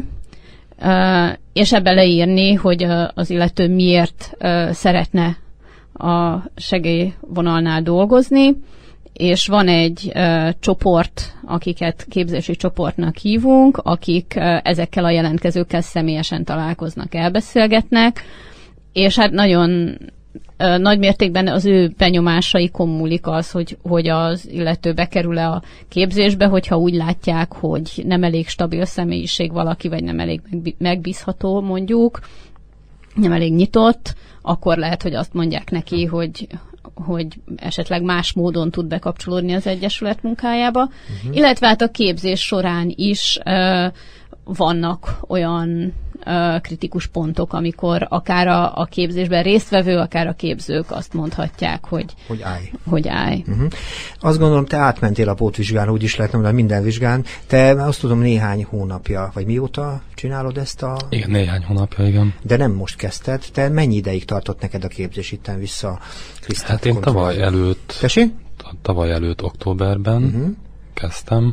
Uh, és ebbe leírni, hogy uh, az illető miért uh, szeretne a segélyvonalnál dolgozni, és van egy uh, csoport, akiket képzési csoportnak hívunk, akik uh, ezekkel a jelentkezőkkel személyesen találkoznak, elbeszélgetnek, és hát nagyon uh, nagy mértékben az ő benyomásaikon múlik az, hogy, hogy az illető bekerül-e a képzésbe, hogyha úgy látják, hogy nem elég stabil személyiség valaki, vagy nem elég megbízható mondjuk, nem elég nyitott, akkor lehet, hogy azt mondják neki, hogy, hogy esetleg más módon tud bekapcsolódni az Egyesület munkájába. Uh-huh. Illetve hát a képzés során is uh, vannak olyan uh, kritikus pontok, amikor akár a, a képzésben résztvevő, akár a képzők azt mondhatják, hogy, hogy állj. Hogy állj. Uh-huh. Azt gondolom, te átmentél a pótvizsgán, úgy is lehetne mondani, minden vizsgán. Te azt tudom, néhány hónapja, vagy mióta csinálod ezt a... Igen, néhány hónapja, igen. De nem most kezdted. Te mennyi ideig tartott neked a képzés itten vissza? Krisztát hát én tavaly előtt... Tessék? Tavaly előtt októberben uh-huh. kezdtem,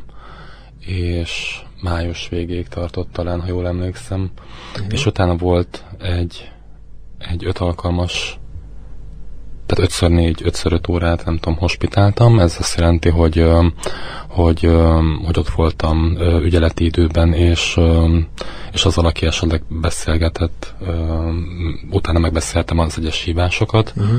és május végéig tartott talán, ha jól emlékszem, uh-huh. és utána volt egy, egy öt alkalmas, tehát ötször négy, ötször öt órát, nem tudom, hospitáltam. Ez azt jelenti, hogy, hogy, hogy ott voltam ügyeleti időben, és, és azzal, aki esetleg beszélgetett, utána megbeszéltem az egyes hívásokat. Uh-huh.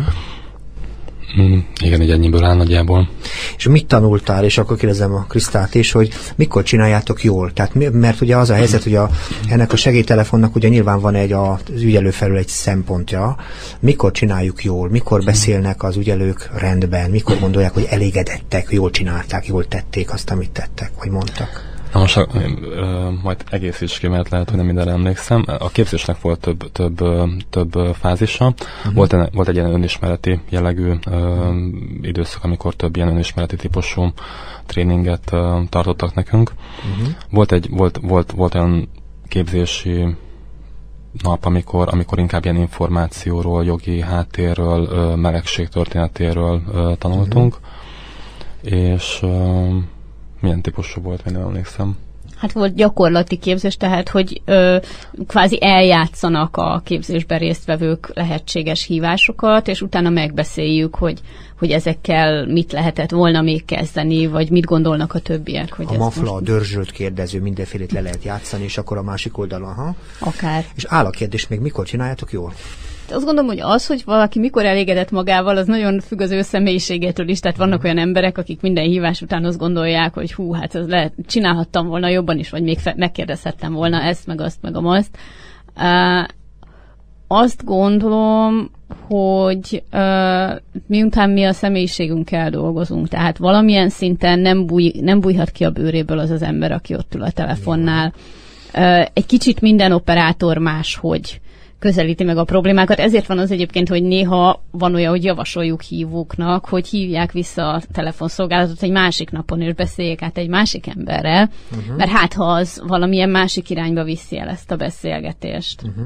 Mm, igen, így ennyiből áll nagyjából. És mit tanultál, és akkor kérdezem a Krisztát is, hogy mikor csináljátok jól? Tehát, mert ugye az a helyzet, hogy a, ennek a segélytelefonnak ugye nyilván van egy az ügyelő felül egy szempontja. Mikor csináljuk jól? Mikor beszélnek az ügyelők rendben? Mikor gondolják, hogy elégedettek, jól csinálták, jól tették azt, amit tettek, vagy mondtak? Na most ö, ö, majd egészíts ki, mert lehet, hogy nem mindenre emlékszem. A képzésnek volt több, több, több fázisa. Uh-huh. Volt, volt egy ilyen önismereti jellegű ö, időszak, amikor több ilyen önismereti típusú tréninget ö, tartottak nekünk. Uh-huh. Volt, egy, volt, volt, volt olyan képzési nap, amikor, amikor inkább ilyen információról, jogi háttérről, ö, melegség történetéről ö, tanultunk. Uh-huh. És... Ö, milyen típusú volt, én nem emlékszem. Hát volt gyakorlati képzés, tehát, hogy ö, kvázi eljátszanak a képzésben résztvevők lehetséges hívásokat, és utána megbeszéljük, hogy, hogy ezekkel mit lehetett volna még kezdeni, vagy mit gondolnak a többiek. Hogy a mafla, most... a dörzsölt kérdező, mindenfélét le lehet játszani, és akkor a másik oldalon, ha? Akár. És áll a kérdés, még mikor csináljátok jól? Azt gondolom, hogy az, hogy valaki mikor elégedett magával, az nagyon függ az ő személyiségétől is. Tehát vannak olyan emberek, akik minden hívás után azt gondolják, hogy hú, hát ez lehet, csinálhattam volna jobban is, vagy még fe- megkérdezhettem volna ezt, meg azt, meg azt. Uh, azt gondolom, hogy uh, miután mi a személyiségünkkel dolgozunk, tehát valamilyen szinten nem, búj, nem bújhat ki a bőréből az az ember, aki ott ül a telefonnál. Uh, egy kicsit minden operátor máshogy közelíti meg a problémákat. Ezért van az egyébként, hogy néha van olyan, hogy javasoljuk hívóknak, hogy hívják vissza a telefonszolgálatot egy másik napon, és beszéljék át egy másik emberrel, uh-huh. mert hát ha az valamilyen másik irányba viszi el ezt a beszélgetést. Uh-huh.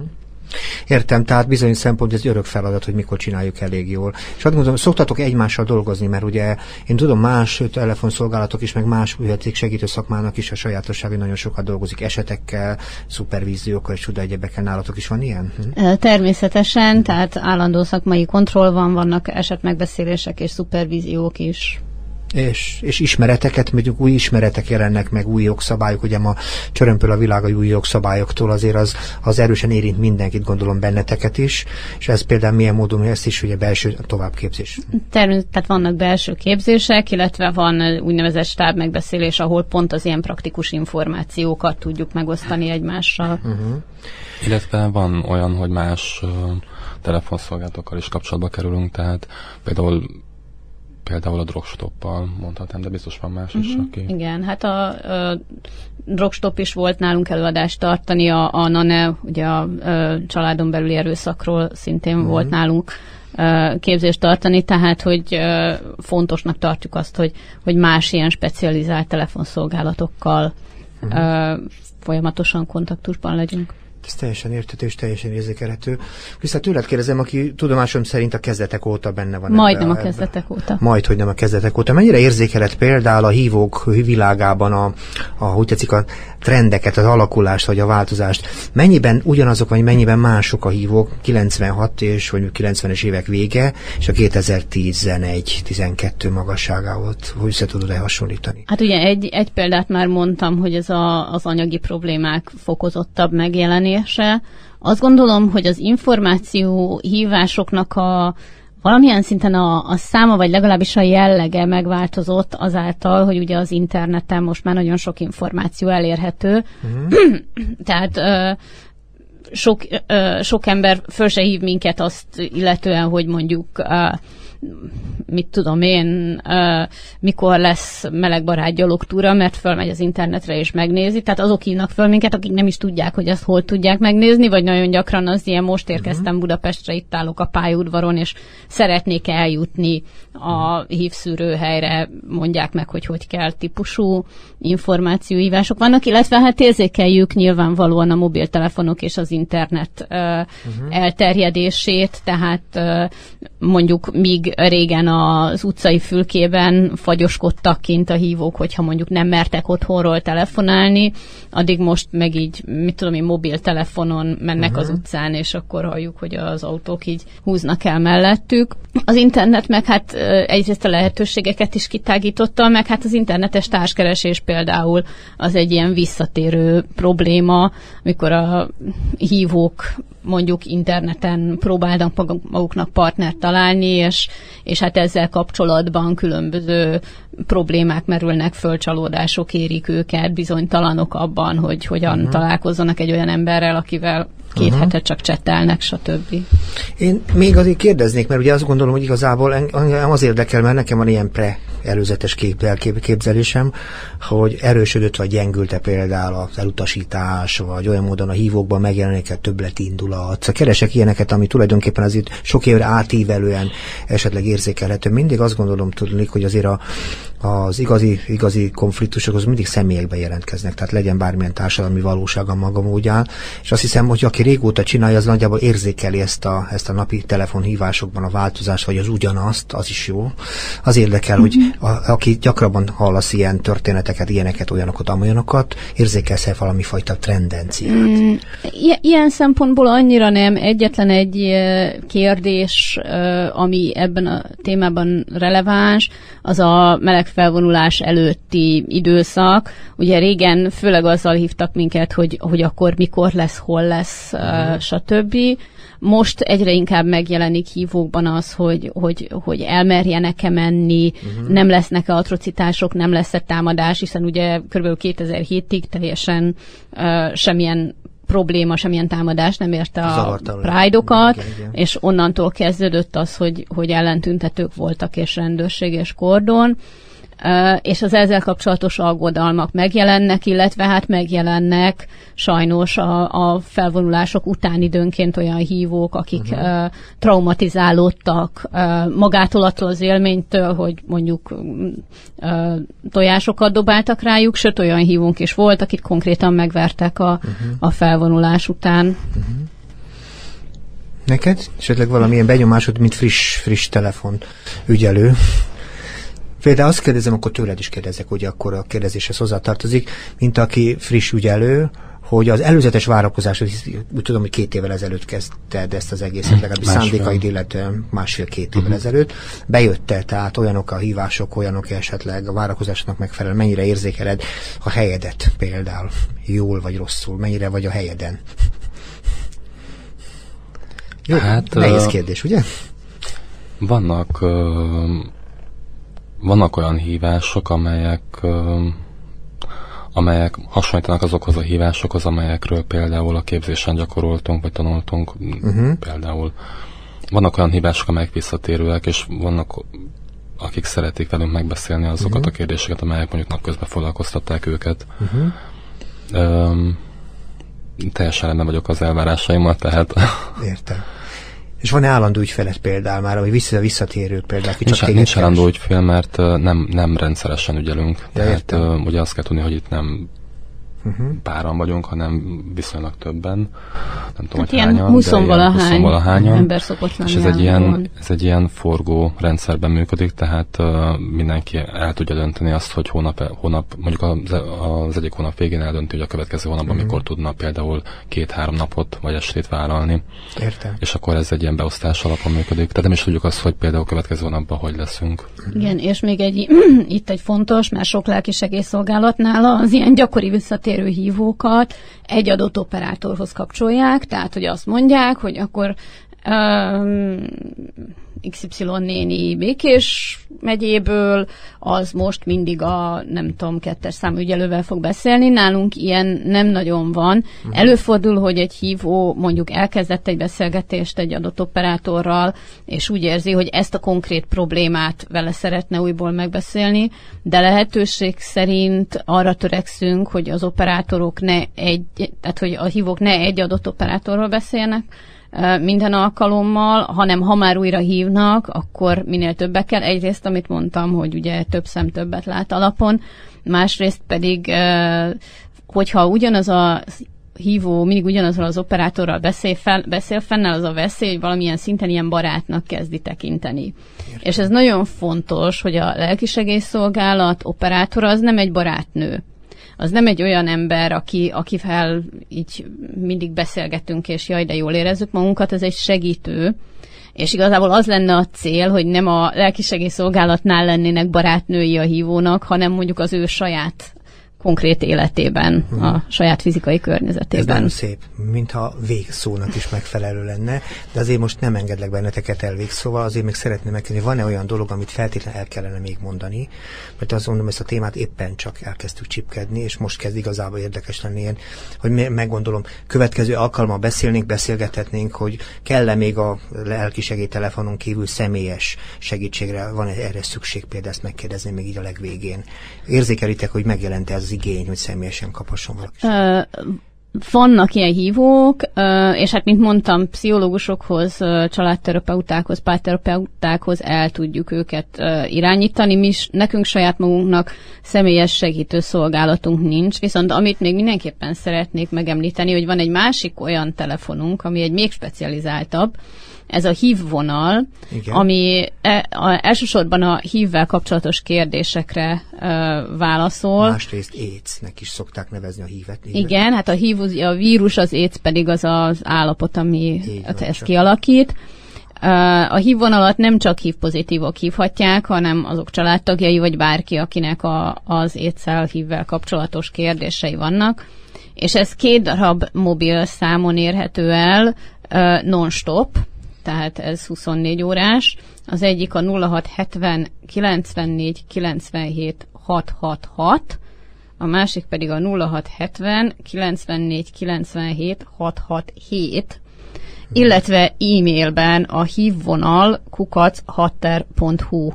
Értem, tehát bizonyos szempontból ez örök feladat, hogy mikor csináljuk elég jól. És azt gondolom, szoktatok egymással dolgozni, mert ugye én tudom, más telefonszolgálatok is, meg más segítő szakmának is a sajátosság, hogy nagyon sokat dolgozik esetekkel, szupervíziókkal és csuda egyebekkel. Nálatok is van ilyen? Hm? Természetesen, hm. tehát állandó szakmai kontroll van, vannak esetmegbeszélések és szupervíziók is. És, és ismereteket, mondjuk új ismeretek jelennek meg, új jogszabályok, ugye ma csörömpöl a világ a új jogszabályoktól, azért az, az erősen érint mindenkit, gondolom benneteket is, és ez például milyen módon, ezt is ugye belső továbbképzés. Természetesen, tehát vannak belső képzések, illetve van úgynevezett stáb megbeszélés, ahol pont az ilyen praktikus információkat tudjuk megosztani egymással. Uh-huh. Illetve van olyan, hogy más uh, telefonszolgálatokkal is kapcsolatba kerülünk, tehát például Például a Drogstoppal mondhatnám, de biztos van más is, uh-huh. aki... Igen, hát a, a Drogstop is volt nálunk előadást tartani, a, a NANE, ugye a, a családon belüli erőszakról szintén uh-huh. volt nálunk a, képzést tartani, tehát hogy a, fontosnak tartjuk azt, hogy, hogy más ilyen specializált telefonszolgálatokkal uh-huh. a, folyamatosan kontaktusban legyünk. Ez teljesen érthető és teljesen érzékelhető. Viszont tőled kérdezem, aki tudomásom szerint a kezdetek óta benne van. Majdnem a kezdetek óta. Majd, hogy nem a kezdetek óta. Mennyire érzékelhet például a hívók világában a, a, hogy tetszik, a trendeket, az alakulást vagy a változást? Mennyiben ugyanazok, vagy mennyiben mások a hívók kilencvenhat és vagy kilencvenes évek vége, és a kétezer-tizenegy tizenkettő magasságával, hogy össze tudod-e hasonlítani? Hát ugye egy, egy példát már mondtam, hogy ez a, az anyagi problémák fokozottabb megjelenése. Azt gondolom, hogy az információ hívásoknak a valamilyen szinten a, a száma, vagy legalábbis a jellege megváltozott azáltal, hogy ugye az interneten most már nagyon sok információ elérhető. Uh-huh. Tehát ö, sok, ö, sok ember föl se hív minket azt illetően, hogy mondjuk ö, mit tudom én, uh, mikor lesz melegbarát gyalogtúra, mert fölmegy az internetre és megnézi. Tehát azok hívnak föl minket, akik nem is tudják, hogy ezt hol tudják megnézni, vagy nagyon gyakran az ilyen, most érkeztem uh-huh. Budapestre, itt állok a pályaudvaron, és szeretnék eljutni a hívszűrőhelyre, mondják meg, hogy hogy kell típusú információhívások vannak, illetve hát érzékeljük nyilvánvalóan a mobiltelefonok és az internet uh, uh-huh. elterjedését, tehát uh, mondjuk míg régen az utcai fülkében fagyoskodtak kint a hívók, hogyha mondjuk nem mertek otthonról telefonálni, addig most meg így, mit tudom én, mobiltelefonon mennek uh-huh. az utcán, és akkor halljuk, hogy az autók így húznak el mellettük. Az internet meg hát egyrészt a lehetőségeket is kitágította, meg hát az internetes társkeresés például az egy ilyen visszatérő probléma, amikor a hívók mondjuk interneten próbálnak maguknak partnert találni, és, és hát ezzel kapcsolatban különböző problémák merülnek föl, csalódások érik őket, bizonytalanok abban, hogy hogyan uh-huh. találkozzanak egy olyan emberrel, akivel két uh-huh. hete csak csettelnek, stb. Én még azért kérdeznék, mert ugye azt gondolom, hogy igazából az érdekel, mert nekem van ilyen pre előzetes kép, képzelésem, hogy erősödött vagy gyengülte például az elutasítás, vagy olyan módon a hívókban megjelenik egy többletindulat. Szóval keresek ilyeneket, ami tulajdonképpen azért sok évre átívelően esetleg érzékelhető. Mindig azt gondolom tudni, hogy azért a, az igazi, igazi konfliktusok az mindig személyekben jelentkeznek, tehát legyen bármilyen társadalmi valóság a maga módján, és azt hiszem, hogy aki régóta csinálja, az nagyjából érzékeli ezt a, ezt a napi telefonhívásokban a változást, vagy az ugyanazt, az is jó. Az érdekel, mm-hmm. hogy a, aki gyakrabban hallasz ilyen történeteket, ilyeneket, olyanokat, amolyanokat, érzékelsz-e valami fajta tendenciát? Mm, i- ilyen szempontból annyira nem. Egyetlen egy kérdés, ami ebben a témában releváns, az a melegfelvonulás előtti időszak. Ugye régen főleg azzal hívtak minket, hogy, hogy akkor mikor lesz, hol lesz, uh-huh. stb. Most egyre inkább megjelenik hívókban az, hogy, hogy, hogy elmerjenek-e menni, uh-huh. nem lesznek-e atrocitások, nem lesz-e támadás, hiszen ugye kb. kétezer-hétig teljesen uh, semmilyen probléma, semmilyen támadás nem érte a Pride-okat, és onnantól kezdődött az, hogy, hogy ellentüntetők voltak, és rendőrség és kordon, uh, és az ezzel kapcsolatos aggodalmak megjelennek, illetve hát megjelennek sajnos a, a felvonulások után időnként olyan hívók, akik uh-huh. uh, traumatizálódtak uh, magától, attól az élménytől, hogy mondjuk uh, tojásokat dobáltak rájuk, sőt olyan hívónk is volt, akit konkrétan megvertek a, uh-huh. a felvonulás után. Uh-huh. Neked? Esetleg valamilyen benyomásod, mint friss, friss telefon ügyelő? Például azt kérdezem, akkor tőled is kérdezek, ugye akkor a kérdezéshez hozzátartozik, mint aki friss ügyelő, hogy az előzetes várakozásod, úgy tudom, hogy két évvel ezelőtt kezdted ezt az egészet, legalábbis szándékaid, illetve másfél-két évvel uh-huh. ezelőtt. Bejött-e, tehát olyanok a hívások, olyanok esetleg a várakozásnak megfelel, mennyire érzékeled a helyedet például, jól vagy rosszul, mennyire vagy a helyeden? Jó, hát, nehéz kérdés, ugye? Vannak, uh, vannak olyan hívások, amelyek uh, amelyek hasonlítanak azokhoz a hívásokhoz, amelyekről például a képzésen gyakoroltunk, vagy tanultunk. Uh-huh. Például vannak olyan hívások, amelyek visszatérőek, és vannak, akik szeretik velünk megbeszélni azokat uh-huh. a kérdéseket, amelyek mondjuk napközben foglalkoztatták őket. Uh-huh. Um, teljesen rendben vagyok az elvárásaimmal, tehát... Értem. És van-e állandó ügyfeled például már, vagy vissza, visszatérő például? Nincs, nincs állandó ügyfél, mert nem, nem rendszeresen ügyelünk. Ja, tehát uh, ugye azt kell tudni, hogy itt nem uh-huh. páran vagyunk, hanem viszonylag többen. Nem tudom, hát hogy hányan, huszonvalahány ember szokott lenni. És ez egy, ilyen, ez egy ilyen forgó rendszerben működik, tehát uh, mindenki el tudja dönteni azt, hogy hónap, hónap mondjuk az, az egyik hónap végén eldönti, hogy a következő hónapban uh-huh. mikor tudna például két-három napot vagy estét vállalni. Értem. És akkor ez egy ilyen beosztás alapon működik. Tehát nem is tudjuk azt, hogy például a következő hónapban hogy leszünk. Igen, és még egy, itt egy fontos, már sok lelkisegélyszolgálatnál az ilyen gyakori visszatérő hívókat egy adott operátorhoz kapcsolják, tehát hogy azt mondják, hogy akkor um, iksz ipszilon néni Békés megyéből, az most mindig a, nem tudom, kettes számú ügyelővel fog beszélni. Nálunk ilyen nem nagyon van. Uh-huh. Előfordul, hogy egy hívó mondjuk elkezdett egy beszélgetést egy adott operátorral, és úgy érzi, hogy ezt a konkrét problémát vele szeretne újból megbeszélni, de lehetőség szerint arra törekszünk, hogy az operátorok ne egy, tehát hogy a hívók ne egy adott operátorról beszélnek minden alkalommal, hanem ha már újra hívnak, akkor minél többekkel. Egyrészt, amit mondtam, hogy ugye több szem többet lát alapon, másrészt pedig, hogyha ugyanaz a hívó mindig ugyanazról az operátorral beszél, fel, beszél fennáll az a veszély, hogy valamilyen szinten ilyen barátnak kezdi tekinteni. Értem. És ez nagyon fontos, hogy a lelkisegélyszolgálat operátora az nem egy barátnő. Az nem egy olyan ember, aki, akivel így mindig beszélgetünk, és jaj, de jól érezzük magunkat, ez egy segítő. És igazából az lenne a cél, hogy nem a lelkisegélyszolgálatnál lennének barátnői a hívónak, hanem mondjuk az ő saját konkrét életében, hmm. a saját fizikai környezetében. Ez nagyon szép, mintha végszónak is megfelelő lenne, de azért most nem engedlek benneteket el végszóval, azért még szeretném megkérdezni, van-e olyan dolog, amit feltétlenül el kellene még mondani, mert azt mondom, ezt a témát éppen csak elkezdtük csipkedni, és most kezd igazából érdekes lenni ilyen, hogy meggondolom, következő alkalommal beszélnénk, beszélgethetnénk, hogy kell-e még a lelki segélytelefonon kívül személyes segítségre, van erre szükség, például ezt megkérdezni még így a legvégén. Érzékelitek, hogy megjelent ez az igény, hogy személyesen kaphasson valaki? Uh, vannak ilyen hívók, uh, és hát, mint mondtam, pszichológusokhoz, uh, családterapeutákhoz, párterapeutákhoz el tudjuk őket uh, irányítani. Mi is, nekünk saját magunknak személyes segítő szolgálatunk nincs, viszont amit még mindenképpen szeretnék megemlíteni, hogy van egy másik olyan telefonunk, ami egy még specializáltabb, ez a hívvonal, igen. ami e, a, elsősorban a hívvel kapcsolatos kérdésekre e, válaszol. Másrészt AIDS-nek is szokták nevezni a hívet. hívet. Igen, hát a, hív, a vírus, az AIDS pedig az az állapot, ami ezt kialakít. A hívvonalat nem csak hív pozitívok hívhatják, hanem azok családtagjai, vagy bárki, akinek a, az AIDS-szel, hívvel kapcsolatos kérdései vannak. És ez két darab mobil számon érhető el uh, non-stop, tehát ez huszonnégy órás. Az egyik a nulla hat hetven kilencvennégy kilencvenhét hatszázhatvanhat, a másik pedig a nulla hat hetven kilencvennégy kilencvenhét hatszázhatvanhét, illetve e-mailben a hívvonal kukac hatter pont hu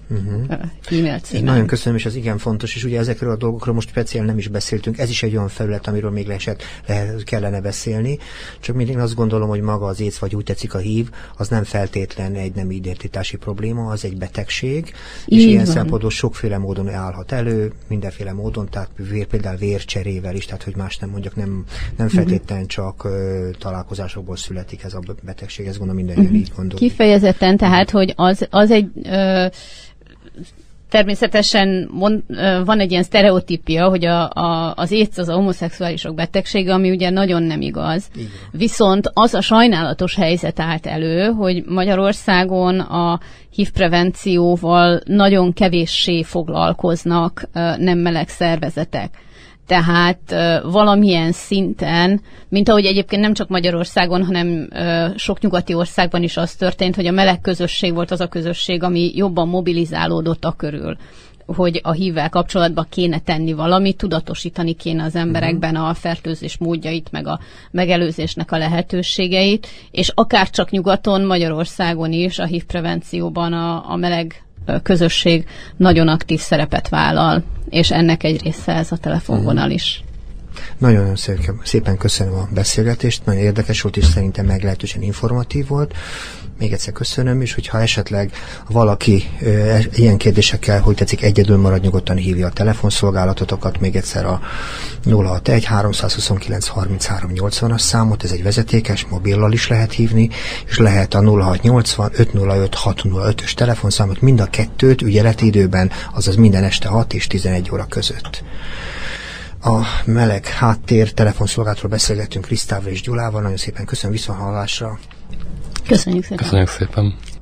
uh-huh. e-mail címen. Nagyon köszönöm, és az igen fontos, és ugye ezekről a dolgokról most speciál nem is beszéltünk, ez is egy olyan felület, amiről még leesett, le, kellene beszélni, csak mindig azt gondolom, hogy maga az éjsz, vagy úgy tetszik a hív, az nem feltétlen egy nem identitási probléma, az egy betegség, és így ilyen van. szempontból sokféle módon állhat elő, mindenféle módon, tehát vér, például vércserével is, tehát hogy más nem mondjak, nem, nem feltétlenül csak uh, találkozásokból születik ez a betegség, ez gondolom minden uh-huh. így gondol. Kifejezetten, tehát, hogy az, az egy ö, természetesen mond, van egy ilyen sztereotípia, hogy a, a, az éjsz az a homoszexuálisok betegsége, ami ugye nagyon nem igaz. Igen. Viszont az a sajnálatos helyzet állt elő, hogy Magyarországon a hív prevencióval nagyon kevéssé foglalkoznak nem meleg szervezetek. Tehát uh, valamilyen szinten, mint ahogy egyébként nem csak Magyarországon, hanem uh, sok nyugati országban is az történt, hogy a meleg közösség volt az a közösség, ami jobban mobilizálódott a körül, hogy a hívvel kapcsolatban kéne tenni valamit, tudatosítani kéne az emberekben a fertőzés módjait, meg a megelőzésnek a lehetőségeit, és akár csak nyugaton, Magyarországon is a hív prevencióban a, a meleg közösség nagyon aktív szerepet vállal, és ennek egy része ez a telefonvonal is. Nagyon szépen köszönöm a beszélgetést, nagyon érdekes volt, és szerintem meglehetősen informatív volt. Még egyszer köszönöm, és hogyha esetleg valaki e, ilyen kérdésekkel, hogy tetszik, egyedül marad, nyugodtan hívja a telefonszolgálatotokat, még egyszer a nulla hatvanegy háromszázhuszonkilenc harminchárom nyolcvanas számot, ez egy vezetékes, mobillal is lehet hívni, és lehet a nulla hatszáznyolcvan ötszázöt hatszázötös telefonszámot, mind a kettőt ügyeleti időben, azaz minden este hat és tizenegy óra között. A meleg háttér telefonszolgálatról beszélgettünk Krisztával és Gyulával, nagyon szépen köszönöm, viszonthallásra. Köszönjük szépen. Köszönjük szépen.